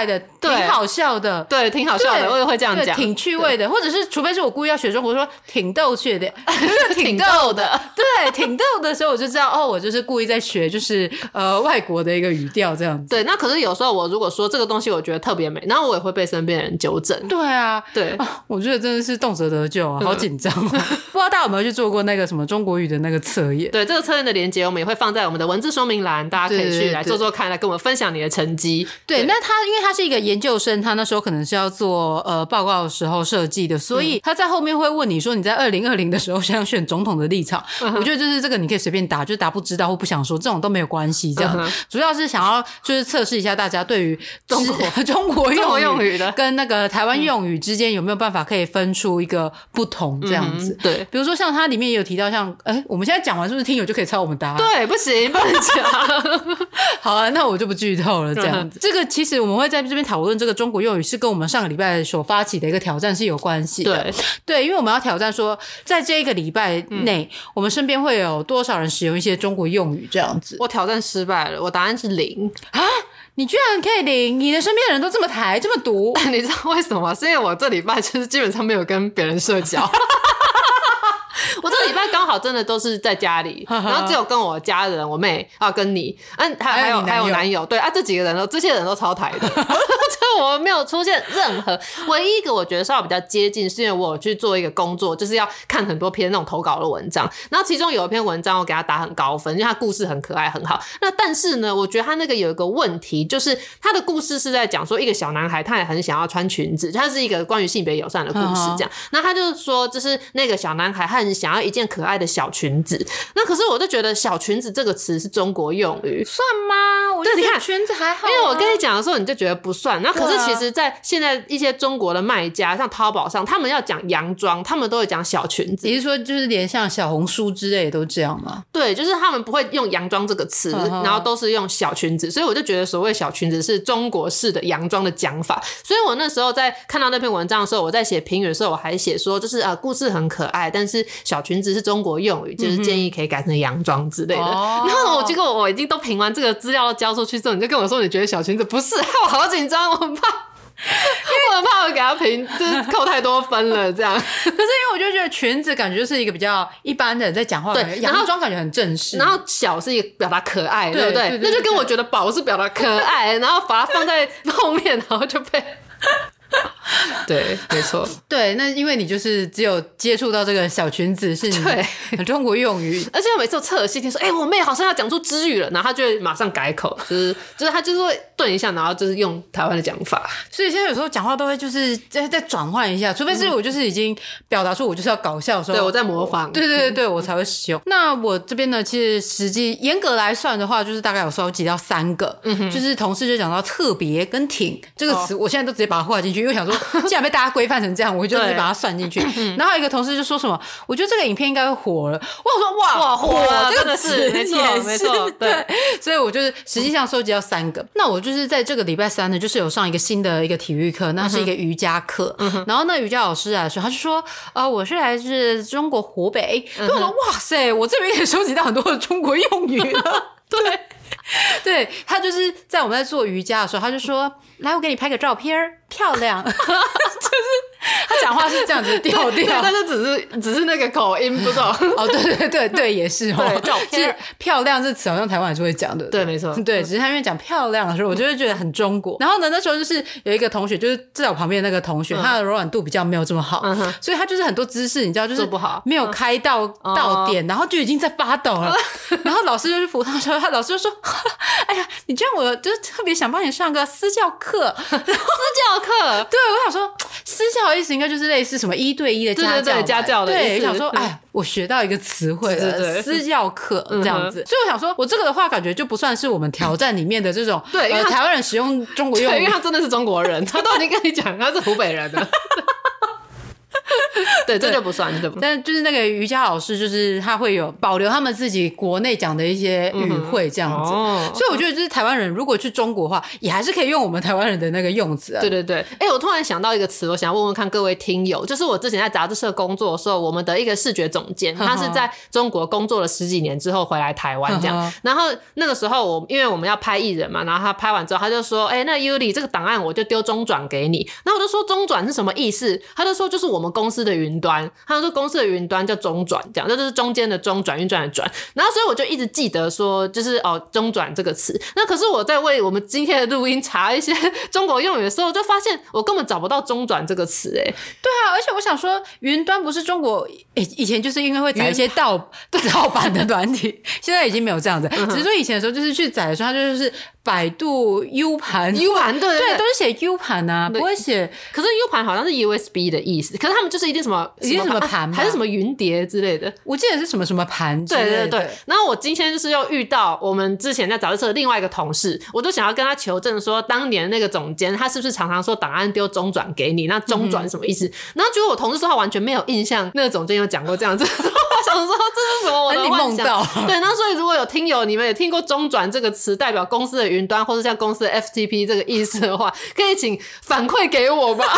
挺好笑的， 对，挺好笑的，我也会这样讲， 挺趣味的，或者是除非是我故意要学中国，说挺逗趣的， 挺逗的， 对，挺逗的时候我就知道哦，我就是故意在学，就是外国的一个语调这样子。 对，那可是有时候我如果说这个东西我觉得特别美，然后我也会被身边人纠正。 对啊， 对， 我觉得真的是动辄得救啊，好紧张啊！不知道大家有没有去做过那个什么中国语的那个测验？ 对，这个测验的连结我们也会放在我们的文字说明栏，大家可以去来做做看，来跟我们分享你的成绩。 对，那因为他是一个研究生，他那时候可能是要做报告的时候设计的，所以他在后面会问你说你在2020的时候想选总统的立场。我觉得就是这个你可以随便答，就是答不知道或不想说，这种都没有关系。这样主要是想要就是测试一下大家对于中国用语的跟那个台湾用语之间有没有办法可以分出一个不同这样子。 对， 比如说像它里面也有提到像我们现在讲完是不是听友就可以猜我们答案？ 对，不行，不能讲。 好啊，那我就不剧透了这样子。这个其实我们会在这边讨论这个中国用语是跟我们上个礼拜所发起的一个挑战是有关系的。对，因为我们要挑战说在这一个礼拜内我们身边会有多少人使用一些中国用语这样子。 我挑战失败了，我答案是0 啊！你居然可以0，你的身边的人都这么台这么毒。 你知道为什么吗？是因为我这礼拜就是基本上没有跟别人社交。我这礼拜刚好真的都是在家里，然后只有跟我家人、我妹跟你，还有男友，对啊，这几个人这些人都超台的，就我没有出现任何。唯一一个我觉得稍微比较接近，是因为我有去做一个工作，就是要看很多篇那种投稿的文章，然后其中有一篇文章我给他打很高分，因为他故事很可爱很好。那但是呢，我觉得他那个有一个问题，就是他的故事是在讲说一个小男孩，他也很想要穿裙子，他是一个关于性别友善的故事这样。那他就说，就是那个小男孩他很想要一件可爱的小裙子，那可是我就觉得小裙子这个词是中国用语， 算吗？我觉得裙子还好， 因为我跟你讲的时候你就觉得不算。那可是其实在现在一些中国的卖家像淘宝上，他们要讲洋装他们都会讲小裙子。 你是说就是连像小红书之类都这样吗？ 对，就是他们不会用洋装这个词，然后都是用小裙子，所以我就觉得所谓小裙子是中国式的洋装的讲法。所以我那时候在看到那篇文章的时候，我在写评语的时候我还写说就是故事很可爱，但是小裙子是中国用语，就是建议可以改成洋装之类的。然后结果我已经都评完这个资料都交出去之后，你就跟我说你觉得小裙子不是，害我好紧张，我很怕我给他评就是扣太多分了这样。 可是因为我就觉得裙子感觉就是一个比较一般的人在讲话，对，洋装感觉很正式， 然后小是一个表达可爱，对不对？那就跟我觉得宝是表达可爱，然后把它放在后面，然后就被对，没错， 对，那因为你就是只有接触到这个小裙子是你中国用语， 而且我每次测了听说我妹好像要讲出支语了，然后她就会马上改口，就是她就是会顿一下，然后就是用台湾的讲法。 所以现在有时候讲话都会就是再转换一下，除非是我就是已经表达出我就是要搞笑的时候， 对，我在模仿， 对我才会使用。那我这边呢，其实实际严格来算的话，就是大概有收集到3个，就是同事就讲到特别跟挺这个词，我现在都直接把它画进去，因为想说既然被大家规范成这样，我就直接把它算进去。然后一个同事就说什么，我觉得这个影片应该会火了。我说哇火了， 这个词没错没错，对。 所以我就是实际上收集到3个。那我就是在这个礼拜3呢，就是有上一个新的一个体育课，那是一个瑜伽课。然后那瑜伽老师来说，他就说我是来自中国湖北。我说哇塞，我这边也收集到很多的中国用语了。对，他就是在我们在做瑜伽的时候，他就说来我给你拍个照片，漂亮。就是他讲话是这样子的调调， 但是只是那个口音不懂。 对，也是哦。照片漂亮这词好像台湾还是会讲的， 对，没错。 对，只是他因为讲漂亮的时候，我就会觉得很中国。然后呢，那时候就是有一个同学，就是在我旁边的那个同学，他的柔软度比较没有这么好，所以他就是很多姿势你知道就是不好， 没有开到点，然后就已经在发抖了。然后老师就去扶他说，老师就说哎呀，你这样我就是特别想帮你上个私教课。 私教课， 对，我想说私教的意思应该就是类似什么1对1的家教， 对家教的意思。 对，想说哎，我学到一个词汇了，私教课这样子。所以我想说，我这个的话感觉就不算是我们挑战里面的这种对，因为台湾人使用中国用语， 因为他真的是中国人，他都已经跟你讲他是湖北人了。 对，这就不算， 但就是那个瑜伽老师，就是他会有保留他们自己国内讲的一些语汇这样子，所以我觉得就是台湾人如果去中国的话，也还是可以用我们台湾人的那个用词啊。 对对对，我突然想到一个词，我想要问问看各位听友，就是我之前在杂志社工作的时候，我们的一个视觉总监，他是在中国工作了10几年之后回来台湾这样，然后那个时候因为我们要拍艺人嘛，然后他拍完之后他就说，那 Yuli 这个档案我就丢中转给你，然后我就说中转是什么意思？他就说就是我们公司的云端，他就说公司的云端叫中转，这样，这就是中间的中，转运转的转，然后所以我就一直记得说就是中转这个词。那可是我在为我们今天的录音查一些中国用语的时候，就发现我根本找不到中转这个词。对啊，而且我想说云端不是中国以前就是因为会载一些盗版的软体，现在已经没有这样子，只是说以前的时候就是去载的时候，它就是百度 U 盘， 对， 都是写 U 盘啊，不会写。 可是 U 盘好像是 USB 的意思，可是他们就是一定什么盘还是什么云碟之类的， 我记得是什么盘之类的。 对。然后我今天就是又遇到我们之前在杂志社的另外一个同事，我就想要跟他求证说，当年那个总监他是不是常常说档案丢中转给你，那中转什么意思？然后结果我同事说他完全没有印象，那个总监有讲过这样子。我想说这是什么我的幻想？对，那所以如果有听友你们也听过中转这个词代表公司的云端或者像公司的 FTP 这个意思的话，可以请反馈给我吧。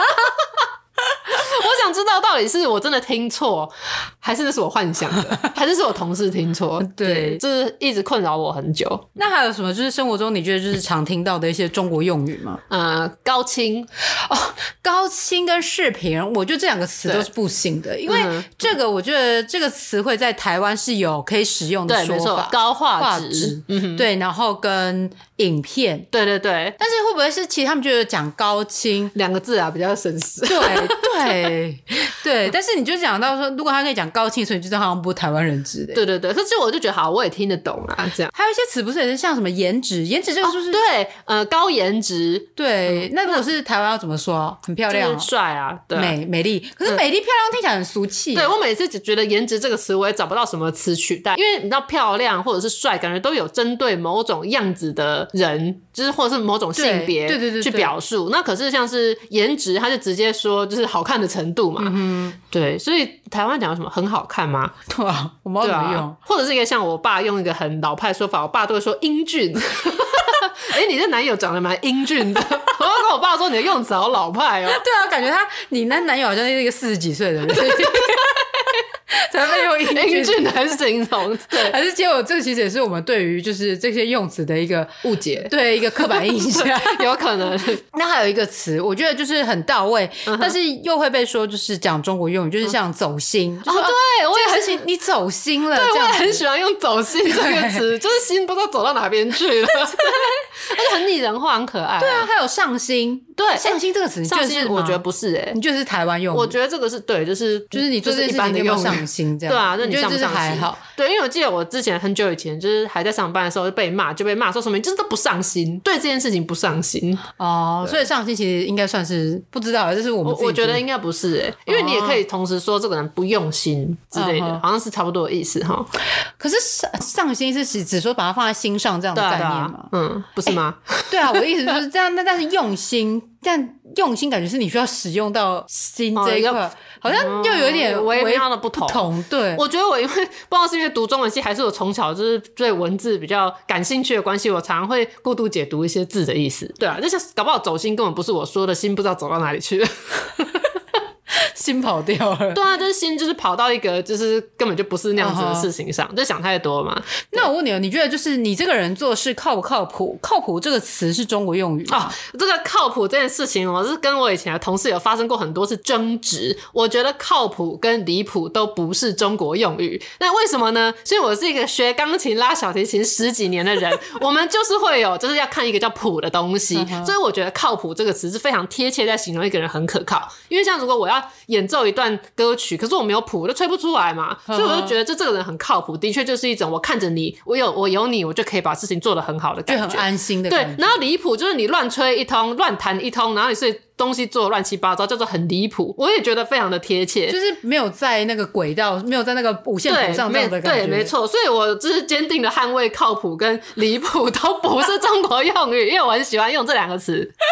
我想知道到底是我真的听错，还是那是我幻想的，还是我同事听错？对，就是一直困扰我很久。 那还有什么就是生活中你觉得就是常听到的一些中国用语吗？ 高清高清跟视频，我觉得这两个词都是不行的，因为这个我觉得这个词汇在台湾是有可以使用的说法， 对，没错，高画质， 对，然后跟影片， 对， 但是会不会是其实他们觉得讲高清 2个字啊比较省事？ 对，但是你就讲到说，如果他可以讲高清，所以你就知道好像不是台湾人之类。 对，可是我就觉得好，我也听得懂啊，这样。 还有一些词不是也是像什么颜值这个是不是？ 对，高颜值。 对，那如果是台湾要怎么说？很漂亮， 就是帅啊，对， 美丽。可是美丽漂亮听起来很俗气。 对，我每次只觉得颜值这个词，我也找不到什么词取代，因为你知道漂亮或者是帅，感觉都有针对某种样子的人，就是或者是某种性别去表述。那可是像是颜值，他就直接说就是好看的程度嘛。对，所以台湾讲什么很好看吗？ 对啊，我不知道怎么用， 或者是一个像我爸用一个很老派的说法，我爸都会说英俊。你这男友长得蛮英俊的。我要跟我爸说你的用词好老派哦。 对啊，感觉你那男友好像是一个40几岁的人。才会用英俊来形容，对， 还是结果这个其实也是我们对于就是这些用词的一个误解， 对，一个刻板印象， 有可能。 那还有一个词，我觉得就是很到位，但是又会被说就是讲中国用语，就是像走心。 对，我也很喜欢你走心了， 对，我也很喜欢用走心这个词，就是心不知道走到哪边去了，而且很拟人化，很可爱。 对啊，还有上心。对，上心这个词， 上心我觉得不是你觉得是台湾用语？ 我觉得这个是对，就是你做这件事情你有没有上心这样？ 对啊，那你上不上心还好？ 对，因为我记得我之前很久以前就是还在上班的时候就被骂说什么你就是都不上心，对这件事情不上心哦，所以上心其实应该算是不知道，这是我们自己我觉得应该不是因为你也可以同时说这个人不用心之类的，好像是差不多的意思哈。 可是上心是只说把它放在心上这样的概念吗？ 不是吗？ 对啊，我的意思就是这样，但是用心。但用心感觉是你需要使用到心这一块，好像又有一点微妙的不同。 对， 我觉得我因为不知道是因为读中文系，还是我从小就是对文字比较感兴趣的关系，我常常会过度解读一些字的意思。对啊，就像搞不好走心根本不是我说的心，不知道走到哪里去了。 心跑掉了。 对啊，就是心就是跑到一个就是根本就不是那样子的事情上，就想太多嘛。 那我问你，你觉得就是你这个人做事靠不靠谱？靠谱这个词是中国用语吗？ 这个靠谱这件事情，我是跟我以前的同事有发生过很多次争执。我觉得靠谱跟离谱都不是中国用语。那为什么呢？所以我是一个学钢琴拉小提琴10几年的人，我们就是会有就是要看一个叫谱的东西，所以我觉得靠谱这个词是非常贴切在形容一个人很可靠。因为像如果我要演奏一段歌曲，可是我没有谱，我就吹不出来嘛，所以我就觉得这个人很靠谱，的确就是一种我看着你，我有你，我就可以把事情做得很好的感觉， 就很安心的感觉。 对，然后离谱就是你乱吹一通，乱弹一通，然后你是东西做乱七八糟，叫做很离谱。我也觉得非常的贴切， 就是没有在那个轨道，没有在那个五线谱上这样的感觉。 对，没错。所以我就是坚定的捍卫靠谱跟离谱都不是中国用语，因为我很喜欢用这两个词。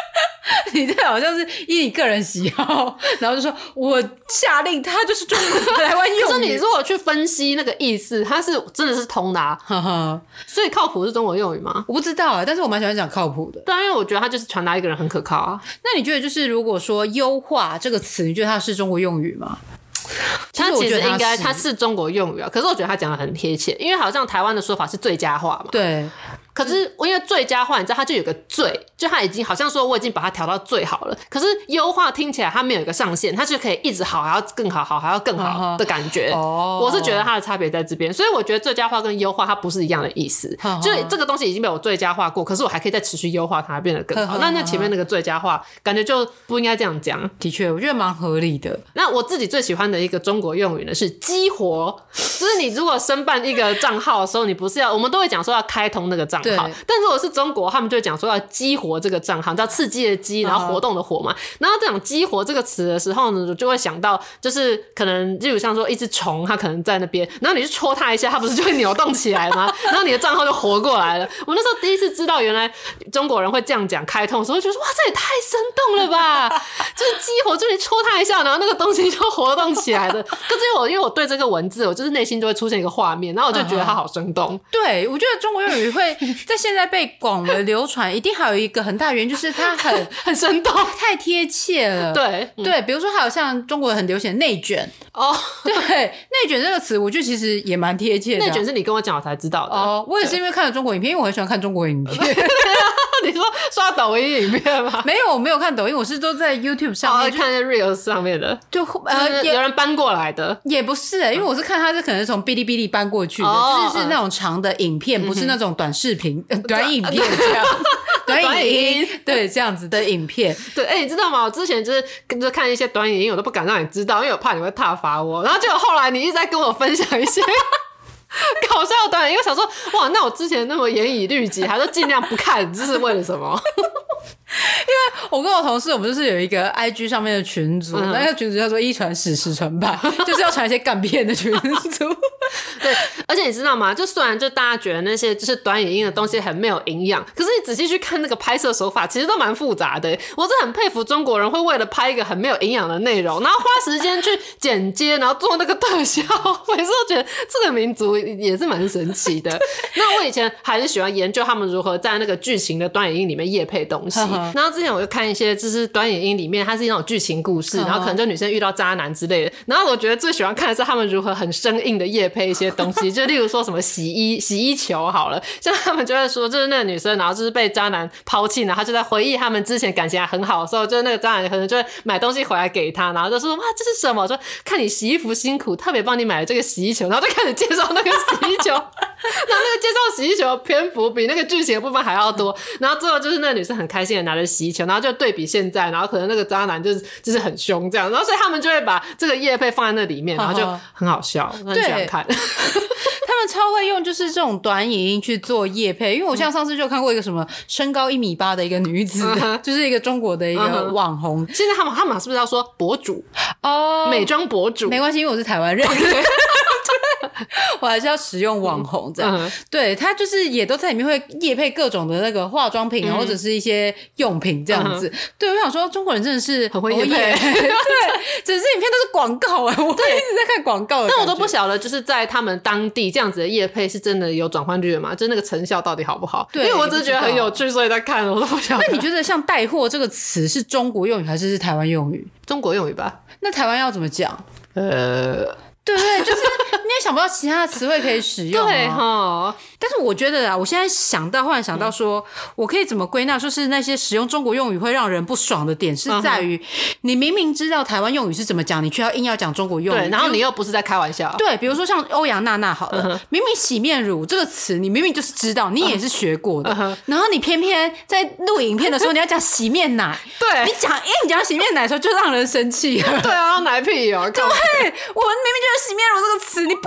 你这好像是依你个人喜好，然后就说我下令它就是中国台湾用语。 可是你如果去分析那个意思，它是真的是通的所以靠谱是中国用语吗？ 我不知道但是我蛮喜欢讲靠谱的。 对啊，因为我觉得它就是传达一个人很可靠啊。 那你觉得就是如果说优化这个词，你觉得它是中国用语吗？ 它其实应该它是中国用语啊，可是我觉得它讲的很贴切，因为好像台湾的说法是最佳化嘛。 对。 可是因为最佳化，你知道它就有个最，就它已经好像说我已经把它调到最好了。可是优化听起来它没有一个上限，它就可以一直好，还要更好，还要更好的感觉。我是觉得它的差别在这边，所以我觉得最佳化跟优化它不是一样的意思。就这个东西已经被我最佳化过，可是我还可以再持续优化它变得更好。那前面那个最佳化感觉就不应该这样讲。 的确，我觉得蛮合理的。 那我自己最喜欢的一个中国用语呢是激活，就是你如果申办一个账号的时候，你不是要我们都会讲说要开通那个账号，但如果是中国，他们就会讲说要激活这个账号，叫刺激的激，然后活动的活嘛。然后这种激活这个词的时候呢，就会想到就是可能例如像说一只虫，它可能在那边，然后你去戳它一下，它不是就会扭动起来吗？然后你的账号就活过来了。我那时候第一次知道原来中国人会这样讲开通的时候，就觉得哇，这也太生动了吧！就是激活，就是你戳它一下，然后那个东西就活动起来的。可是因为我对这个文字，我就是内心就会出现一个画面，然后我就觉得它好生动。 对，我觉得中国用语会在现在被广为流传，一定还有一个很大原因就是它很生动， 太贴切了。对，比如说还有像中国很流行的内卷对，内卷这个词我觉得其实也蛮贴切的。 内卷是你跟我讲我才知道的我也是因为看了中国影片，因为我很喜欢看中国影片你说刷抖音影片吗？ 没有，我没有看抖音，我是都在 YouTube 上面看 Reels 上面的，就有人搬过来的。 也不是因为我是看它是可能从哔哩哔哩搬过去的就是那种长的影片不是那种短视频短影片这样短影音对这样子的影片。 对你知道吗？我之前就是看一些短影音，我都不敢让你知道，因为我怕你会挞伐我。然后结果后来你一直在跟我分享一些搞笑的短影音，我想说哇，那我之前那么严以律己，还是尽量不看，这是为了什么？ 因为我跟我同事，我们就是有一个 IG 上面的群组，那个群组叫做一传十，十传百，就是要传一些干片的群组。 对，而且你知道吗？就虽然就大家觉得那些就是短影音的东西很没有营养，可是你仔细去看那个拍摄手法，其实都蛮复杂的。我是很佩服中国人会为了拍一个很没有营养的内容，然后花时间去剪接，然后做那个特效。我有时候觉得这个民族也是蛮神奇的。那我以前还是喜欢研究他们如何在那个剧情的短影音里面业配东西。然后之前我就看一些就是短影音里面它是那种剧情故事，然后可能就女生遇到渣男之类的，然后我觉得最喜欢看的是他们如何很生硬的业配一些东西，就例如说什么洗衣球好了，像他们就会说就是那个女生然后就是被渣男抛弃，然后就在回忆他们之前感情还很好的时候，就是那个渣男可能就会买东西回来给他，然后就说哇这是什么，说看你洗衣服辛苦特别帮你买了这个洗衣球，然后就开始介绍那个洗衣球然后那个介绍洗衣球的篇幅比那个剧情的部分还要多，然后最后就是那个女生很开心的拿着洗衣球，然后就对比现在，然后可能那个渣男就是很凶这样，然后所以他们就会把这个业配放在那里面，然后就很好笑，我很喜欢看他们超会用就是这种短影音去做业配，因为我像上次就看过一个什么身高1.8米的一个女子就是一个中国的一个网红现在他们是不是要说博主美妆博主？ 没关系，因为我是台湾人我还是要使用网红这样对，他就是也都在里面会业配各种的那个化妆品或者是一些用品这样子对，我想说中国人真的是很会业配对，整支影片都是广告我一直在看广告的感觉， 但我都不晓得就是在他们当地这样子的业配是真的有转换率的吗？就是那个成效到底好不好？对，因为我只是觉得很有趣所以在看，我都不晓得。 那你觉得像带货这个词是中国用语还是台湾用语？ 中国用语吧。 那台湾要怎么讲？对不对？就是你也想不到其他的词汇可以使用对齁。 但是我觉得我现在忽然想到说我可以怎么归纳，就是那些使用中国用语会让人不爽的点是在于你明明知道台湾用语是怎么讲，你却硬要讲中国用语， 对，然后你又不是在开玩笑。 对，比如说像欧阳娜娜好了明明洗面乳这个词你明明就是知道，你也是学过的然后你偏偏在录影片的时候你要讲洗面奶对，你讲洗面奶的时候就让人生气了。 对啊，奶屁哦。 对，我们明明就是洗面乳这个词你不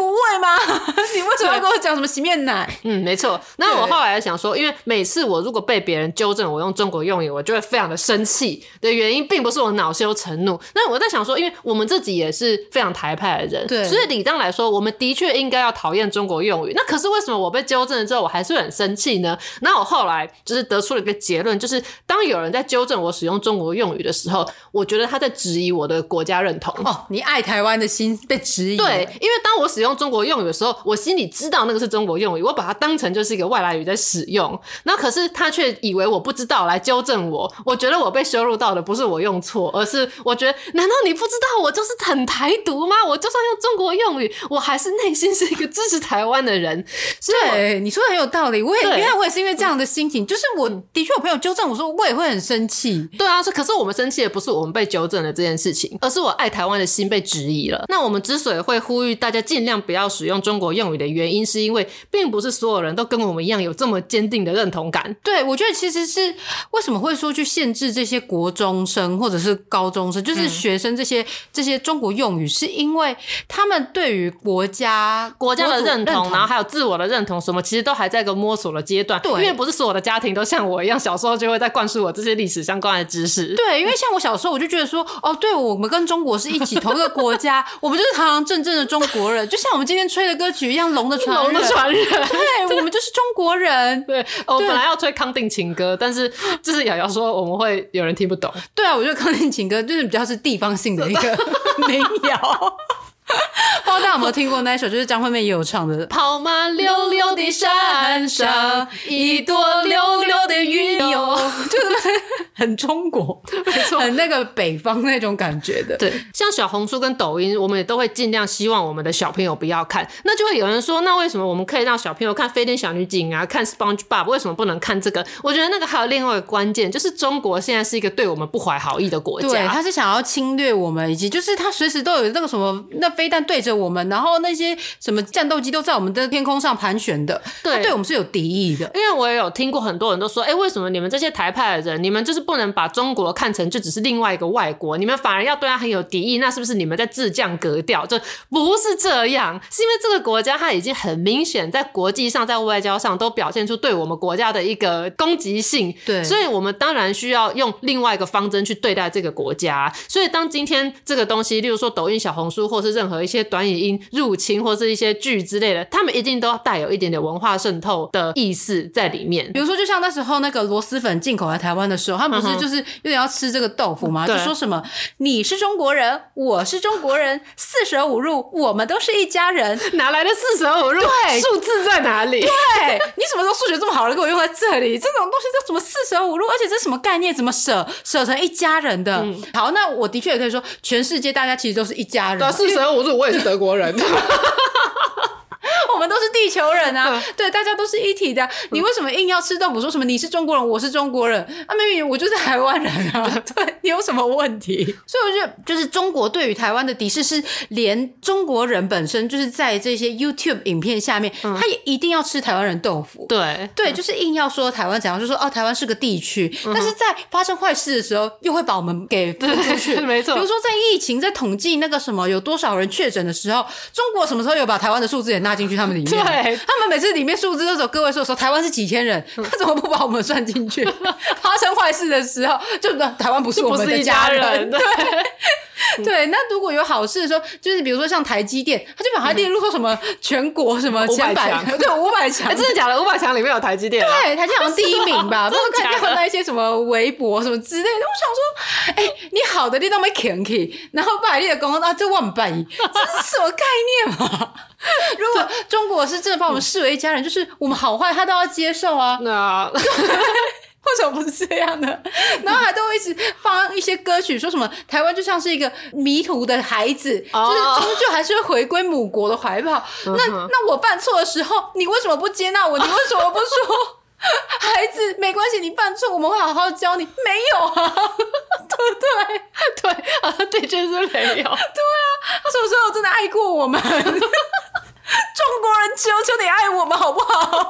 不会吗？你为什么要跟我讲什么洗面奶？ 没错。那我后来想说，因为每次我如果被别人纠正我用中国用语，我就会非常的生气的原因，并不是我恼羞成怒。那我在想说，因为我们自己也是非常台派的人， 对， 所以理当来说，我们的确应该要讨厌中国用语。那可是为什么我被纠正了之后，我还是很生气呢？那我后来就是得出了一个结论，就是当有人在纠正我使用中国用语的时候，我觉得他在质疑我的国家认同。 你爱台湾的心被质疑。 对，因为当我使用中国用语的时候，我心里知道那个是中国用语，我把它当成就是一个外来语在使用。那可是他却以为我不知道来纠正我。我觉得我被羞辱到的不是我用错，而是我觉得难道你不知道我就是很台独吗？我就算用中国用语，我还是内心是一个支持台湾的人。 对，你说的很有道理。原来我也是因为这样的心情，就是我的确有朋友纠正我说，我也会很生气。 对啊，可是我们生气的不是我们被纠正了这件事情，而是我爱台湾的心被质疑了。那我们之所以会呼吁大家尽量不要使用中国用语的原因，是因为并不是所有人都跟我们一样有这么坚定的认同感。 对，我觉得其实是为什么会说去限制这些国中生或者是高中生，就是学生这些中国用语，是因为他们对于国家的认同，然后还有自我的认同什么，其实都还在一个摸索的阶段。对，因为不是所有的家庭都像我一样，小时候就会在灌输我这些历史相关的知识。 对，因为像我小时候我就觉得说，对，我们跟中国是一起同一个国家，我们就是堂堂正正的中国人，就像我们今天吹的歌曲一样，龙的传人。对，我们就是中国人。 对，我本来要吹康定情歌，但是就是瑶瑶说我们会有人听不懂。 对啊，我觉得康定情歌就是比较是地方性的一个民谣。不知道大家有没有听过那一首，就是张惠妹也有唱的跑马溜溜的山上，一朵溜溜的云哟， 就是很中国，没错，很那个北方那种感觉的。 对，像小红书跟抖音，我们也都会尽量希望我们的小朋友不要看。那就会有人说，那为什么我们可以让小朋友看飞天小女警啊，看 SpongeBob， 为什么不能看这个？我觉得那个还有另外一个关键，就是中国现在是一个对我们不怀好意的国家。 对，他是想要侵略我们，以及就是他随时都有那个什么那飞弹对着我们，然后那些什么战斗机都在我们的天空上盘旋的，他对我们是有敌意的。 因为我也有听过很多人都说，为什么你们这些台派的人，你们就是不能把中国看成就只是另外一个外国，你们反而要对他很有敌意，那是不是你们在自降格调？就不是这样，是因为这个国家它已经很明显在国际上在外交上都表现出对我们国家的一个攻击性。 对， 所以我们当然需要用另外一个方针去对待这个国家。所以当今天这个东西，例如说抖音、小红书或是任何一些短影音入侵或是一些剧之类的，他们一定都带有一点点文化渗透的意思在里面。 比如说就像那时候那个螺蛳粉进口来台湾的时候，他们不是就是有点要吃这个豆腐吗？就说什么你是中国人，我是中国人，四舍五入我们都是一家人。 哪来的四舍五入？对，数字在哪里？ 对，你什么时候数学这么好了给我用在这里？这种东西叫什么四舍五入？而且这是什么概念？怎么舍成一家人的？好，那我的确也可以说全世界大家其实都是一家人。 对，四舍五入我也是德国人。 我们都是地球人啊，对，大家都是一体的。你为什么硬要吃豆腐？说什么你是中国人，我是中国人？明明我就是台湾人啊！对，你有什么问题？所以我觉得，就是中国对于台湾的敌视，是连中国人本身就是在这些 YouTube 影片下面，他也一定要吃台湾人豆腐。对，就是硬要说台湾怎样，就说台湾是个地区，但是在发生坏事的时候，又会把我们给分出去。 没错， 比如说在疫情在统计那个什么有多少人确诊的时候，中国什么时候有把台湾的数字也纳进去他们里面？ 对， 他们每次里面数字都走个位数的时候，台湾是几千人，他怎么不把我们算进去？发生坏事的时候，就台湾不是我们的家人。对，那如果有好事的时候，就是比如说像台积电，他就把它列入说什么全国什么前百强，对，500强， 真的假的？500强里面有台积电？ 对，台积好像第一名吧，不过看到那一些什么微博什么之类的，我想说，你好的你都没啃起，然后把你的公公这万百亿，这是什么概念嘛？如果中国是真的把我们视为一家人，就是我们好坏他都要接受啊。为什么不是这样的？然后还都会一直放一些歌曲，说什么台湾就像是一个迷途的孩子，就是终究还是会回归母国的怀抱。那我犯错的时候，你为什么不接纳我？你为什么不说孩子没关系，你犯错我们会好好教你？没有啊，对不对？ 对啊，的确是没有。对啊，他什么时候真的爱过我们？中国人，求求你爱我们好不好？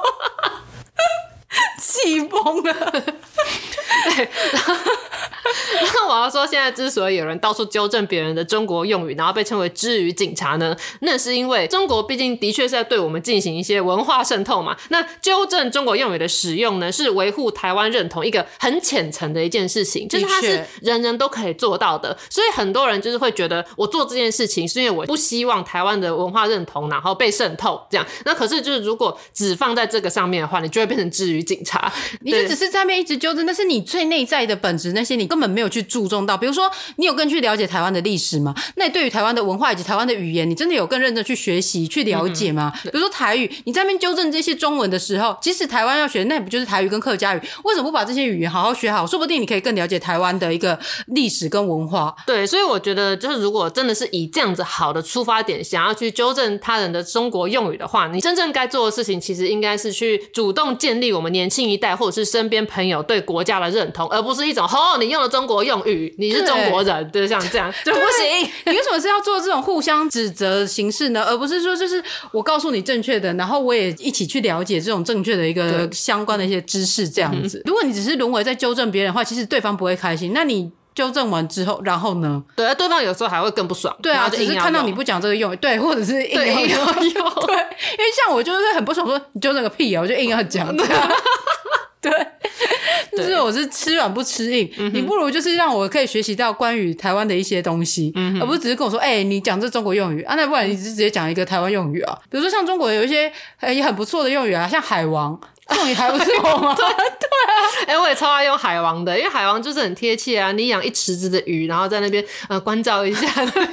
气疯了。 对，然后我要说现在之所以有人到处纠正别人的中国用语，然后被称为支语警察呢，那是因为中国毕竟的确是在对我们进行一些文化渗透嘛。那纠正中国用语的使用呢，是维护台湾认同一个很浅层的一件事情，就是它是人人都可以做到的。所以很多人就是会觉得我做这件事情是因为我不希望台湾的文化认同然后被渗透这样。那可是就是如果只放在这个上面的话，你就会变成支语警察， 你就只是在那边一直纠正，但是你最内在的本质那些你根本没有去注重到。比如说你有更去了解台湾的历史吗？那你对于台湾的文化以及台湾的语言你真的有更认真去学习去了解吗？比如说台语，你在那边纠正这些中文的时候，即使台湾要学，那也不就是台语跟客家语，为什么不把这些语言好好学好？说不定你可以更了解台湾的一个历史跟文化。 对，所以我觉得就是如果真的是以这样子好的出发点想要去纠正他人的中国用语的话，你真正该做的事情其实应该是去主动建立我们年轻一代或者是身边朋友对国家的认同，而不是一种你用了中国用语你是中国人，对，像这样就不行。 你为什么是要做这种互相指责的形式呢？而不是说就是我告诉你正确的，然后我也一起去了解这种正确的一个相关的一些知识这样子。如果你只是沦为在纠正别人的话，其实对方不会开心，那你纠正完之后然后呢？ 对，对方有时候还会更不爽。 对啊，只是看到你不讲这个用语，对，或者是硬要用。对，因为像我就是很不爽说你纠正个屁啊，我就硬要讲这样。对，就是我是吃软不吃硬，你不如就是让我可以学习到关于台湾的一些东西，而不是只是跟我说你讲这中国用语啊，那不然你直接讲一个台湾用语啊。比如说像中国有一些也很不错的用语啊，像海王这种也还不错吗？对啊，我也超爱用海王的，因为海王就是很贴切啊，你养一池子的鱼，然后在那边关照一下。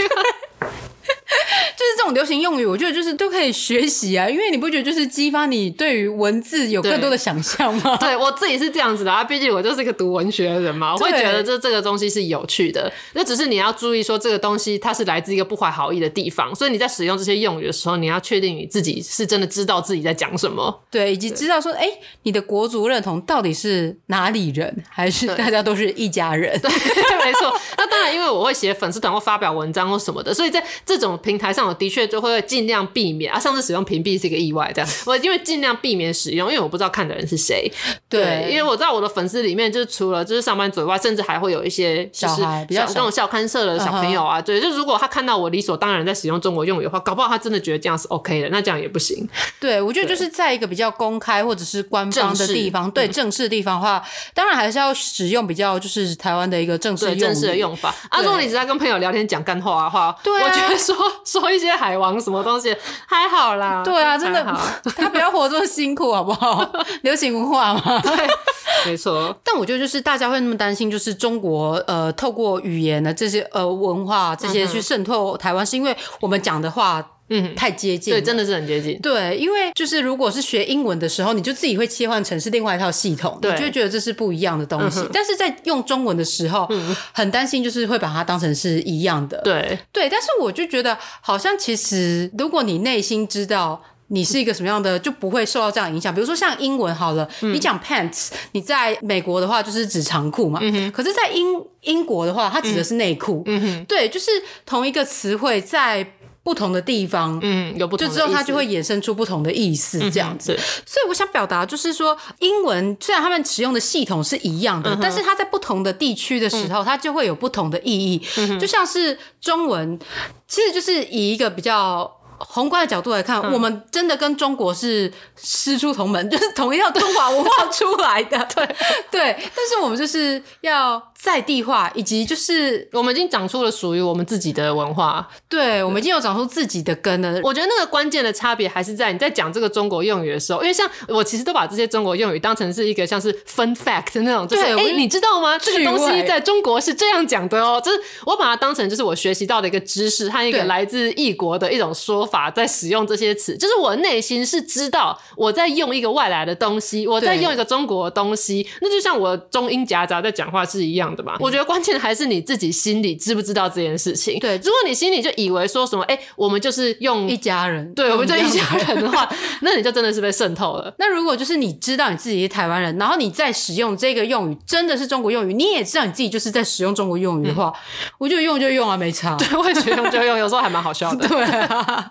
就是这种流行用语，我觉得就是都可以学习啊，因为你不觉得就是激发你对于文字有更多的想象吗？ 对，我自己是这样子的啊，毕竟我就是一个读文学的人嘛，我会觉得这个东西是有趣的。那只是你要注意说这个东西它是来自一个不怀好意的地方，所以你在使用这些用语的时候，你要确定你自己是真的知道自己在讲什么， 对，以及知道说你的国族认同到底是哪里人，还是大家都是一家人？ 对，没错。那当然因为我会写粉丝团或发表文章或什么的，所以在这种平台上我的确就会尽量避免上次使用屏蔽是一个意外这样，我因为尽量避免使用，因为我不知道看的人是谁。对，因为我知道我的粉丝里面就是除了就是上班族以外，甚至还会有一些小孩比较那种校刊社的小朋友啊，对，就如果他看到我理所当然在使用中国用语的话，搞不好他真的觉得这样是 OK 的，那这样也不行。 对，我觉得就是在一个比较公开或者是官方的地方，对，正式的地方的话，当然还是要使用比较就是台湾的一个正式用语， 正式的用法。如果你只在跟朋友聊天讲干话的话， 对啊， 我觉得说一些海王什么东西还好啦。 对啊，真的，他不要活这么辛苦好不好？流行文化嘛， 对，没错。 但我觉得就是大家会那么担心，就是中国透过语言的这些文化这些去渗透台湾，是因为我们讲的话太接近了。 对，真的是很接近。 对，因为就是如果是学英文的时候，你就自己会切换成是另外一套系统，你就会觉得这是不一样的东西。但是在用中文的时候，很担心就是会把它当成是一样的。 对， 但是我就觉得好像其实如果你内心知道你是一个什么样的，就不会受到这样影响。比如说像英文好了，你讲 pants， 你在美国的话就是指长裤嘛，可是在英国的话它指的是内裤。对，就是同一个词汇在不同的地方有不同的意思， 就之后它就会衍生出不同的意思这样子。所以我想表达就是说，英文虽然他们使用的系统是一样的，但是它在不同的地区的时候它就会有不同的意义。就像是中文其实就是以一个比较宏观的角度来看，我们真的跟中国是师出同门，就是同一套中华文化出来的。对，但是我们就是要在地化，以及就是我们已经长出了属于我们自己的文化。 对，我们已经有长出自己的根了。 我觉得那个关键的差别还是在你在讲这个中国用语的时候，因为像我其实都把这些中国用语当成是一个像是 fun fact 那种，就是你知道吗？这个东西在中国是这样讲的哦，就是我把它当成就是我学习到的一个知识和一个来自异国的一种说法，在使用这些词，就是我内心是知道我在用一个外来的东西，我在用一个中国的东西，那就像我中英夹杂在讲话是一样的嘛。我觉得关键还是你自己心里知不知道这件事情。 对， 如果你心里就以为说什么我们就是用一家人， 对，我们就一家人的话，那你就真的是被渗透了。 那如果就是你知道你自己是台湾人，然后你在使用这个用语真的是中国用语，你也知道你自己就是在使用中国用语的话，我觉得用就用啊，没差。 对，我也觉得用就用，有时候还蛮好笑的。 对啊，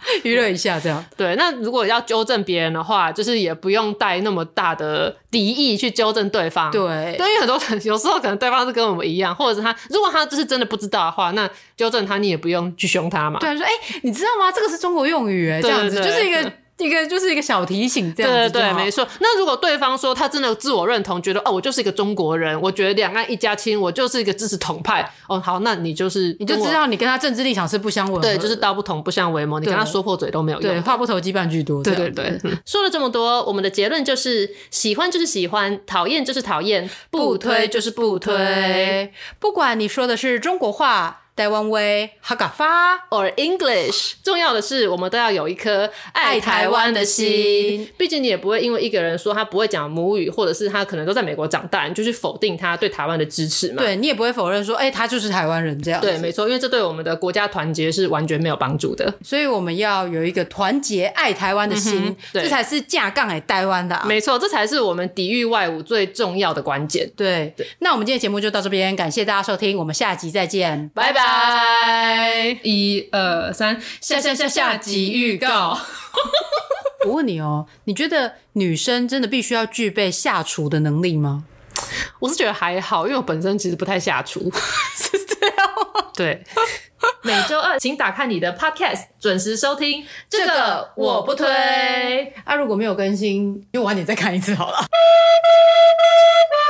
娱乐一下这样。 对，那如果要纠正别人的话，就是也不用带那么大的敌意去纠正对方。 对， 因为很多人有时候可能对方是跟我们一样，或者是如果他就是真的不知道的话，那纠正他你也不用去凶他嘛。 对，说你知道吗？这个是中国用语这样子，就是一个小提醒这样子。 对，没错。那如果对方说他真的自我认同，觉得我就是一个中国人，我觉得两岸一家亲，我就是一个支持统派。好，那你就知道你跟他政治立场是不相吻合。 对，就是道不同不相为谋，你跟他说破嘴都没有用。 对，话不投机半句多。 对。说了这么多，我们的结论就是喜欢就是喜欢，讨厌就是讨厌，不推就是不推。 不管你说的是中国话、台湾味、客家话 or English， 重要的是我们都要有一颗爱台湾的心。毕竟你也不会因为一个人说他不会讲母语，或者是他可能都在美国长大，你就去否定他对台湾的支持嘛。 对，你也不会否认说他就是台湾人这样子。 对，没错，因为这对我们的国家团结是完全没有帮助的。 所以我们要有一个团结爱台湾的心，这才是架杠台湾的没错，这才是我们抵御外侮最重要的关键。 对，那我们今天的节目就到这边，感谢大家收听，我们下集再见， 拜拜。 1、2、3，下集预告。我问你你觉得女生真的必须要具备下厨的能力吗？ 我是觉得还好，因为我本身其实不太下厨。 是这样吗？ 对。每周2请打开你的 podcast， 准时收听。这个我不推。 如果没有更新，就晚点再看一次好了。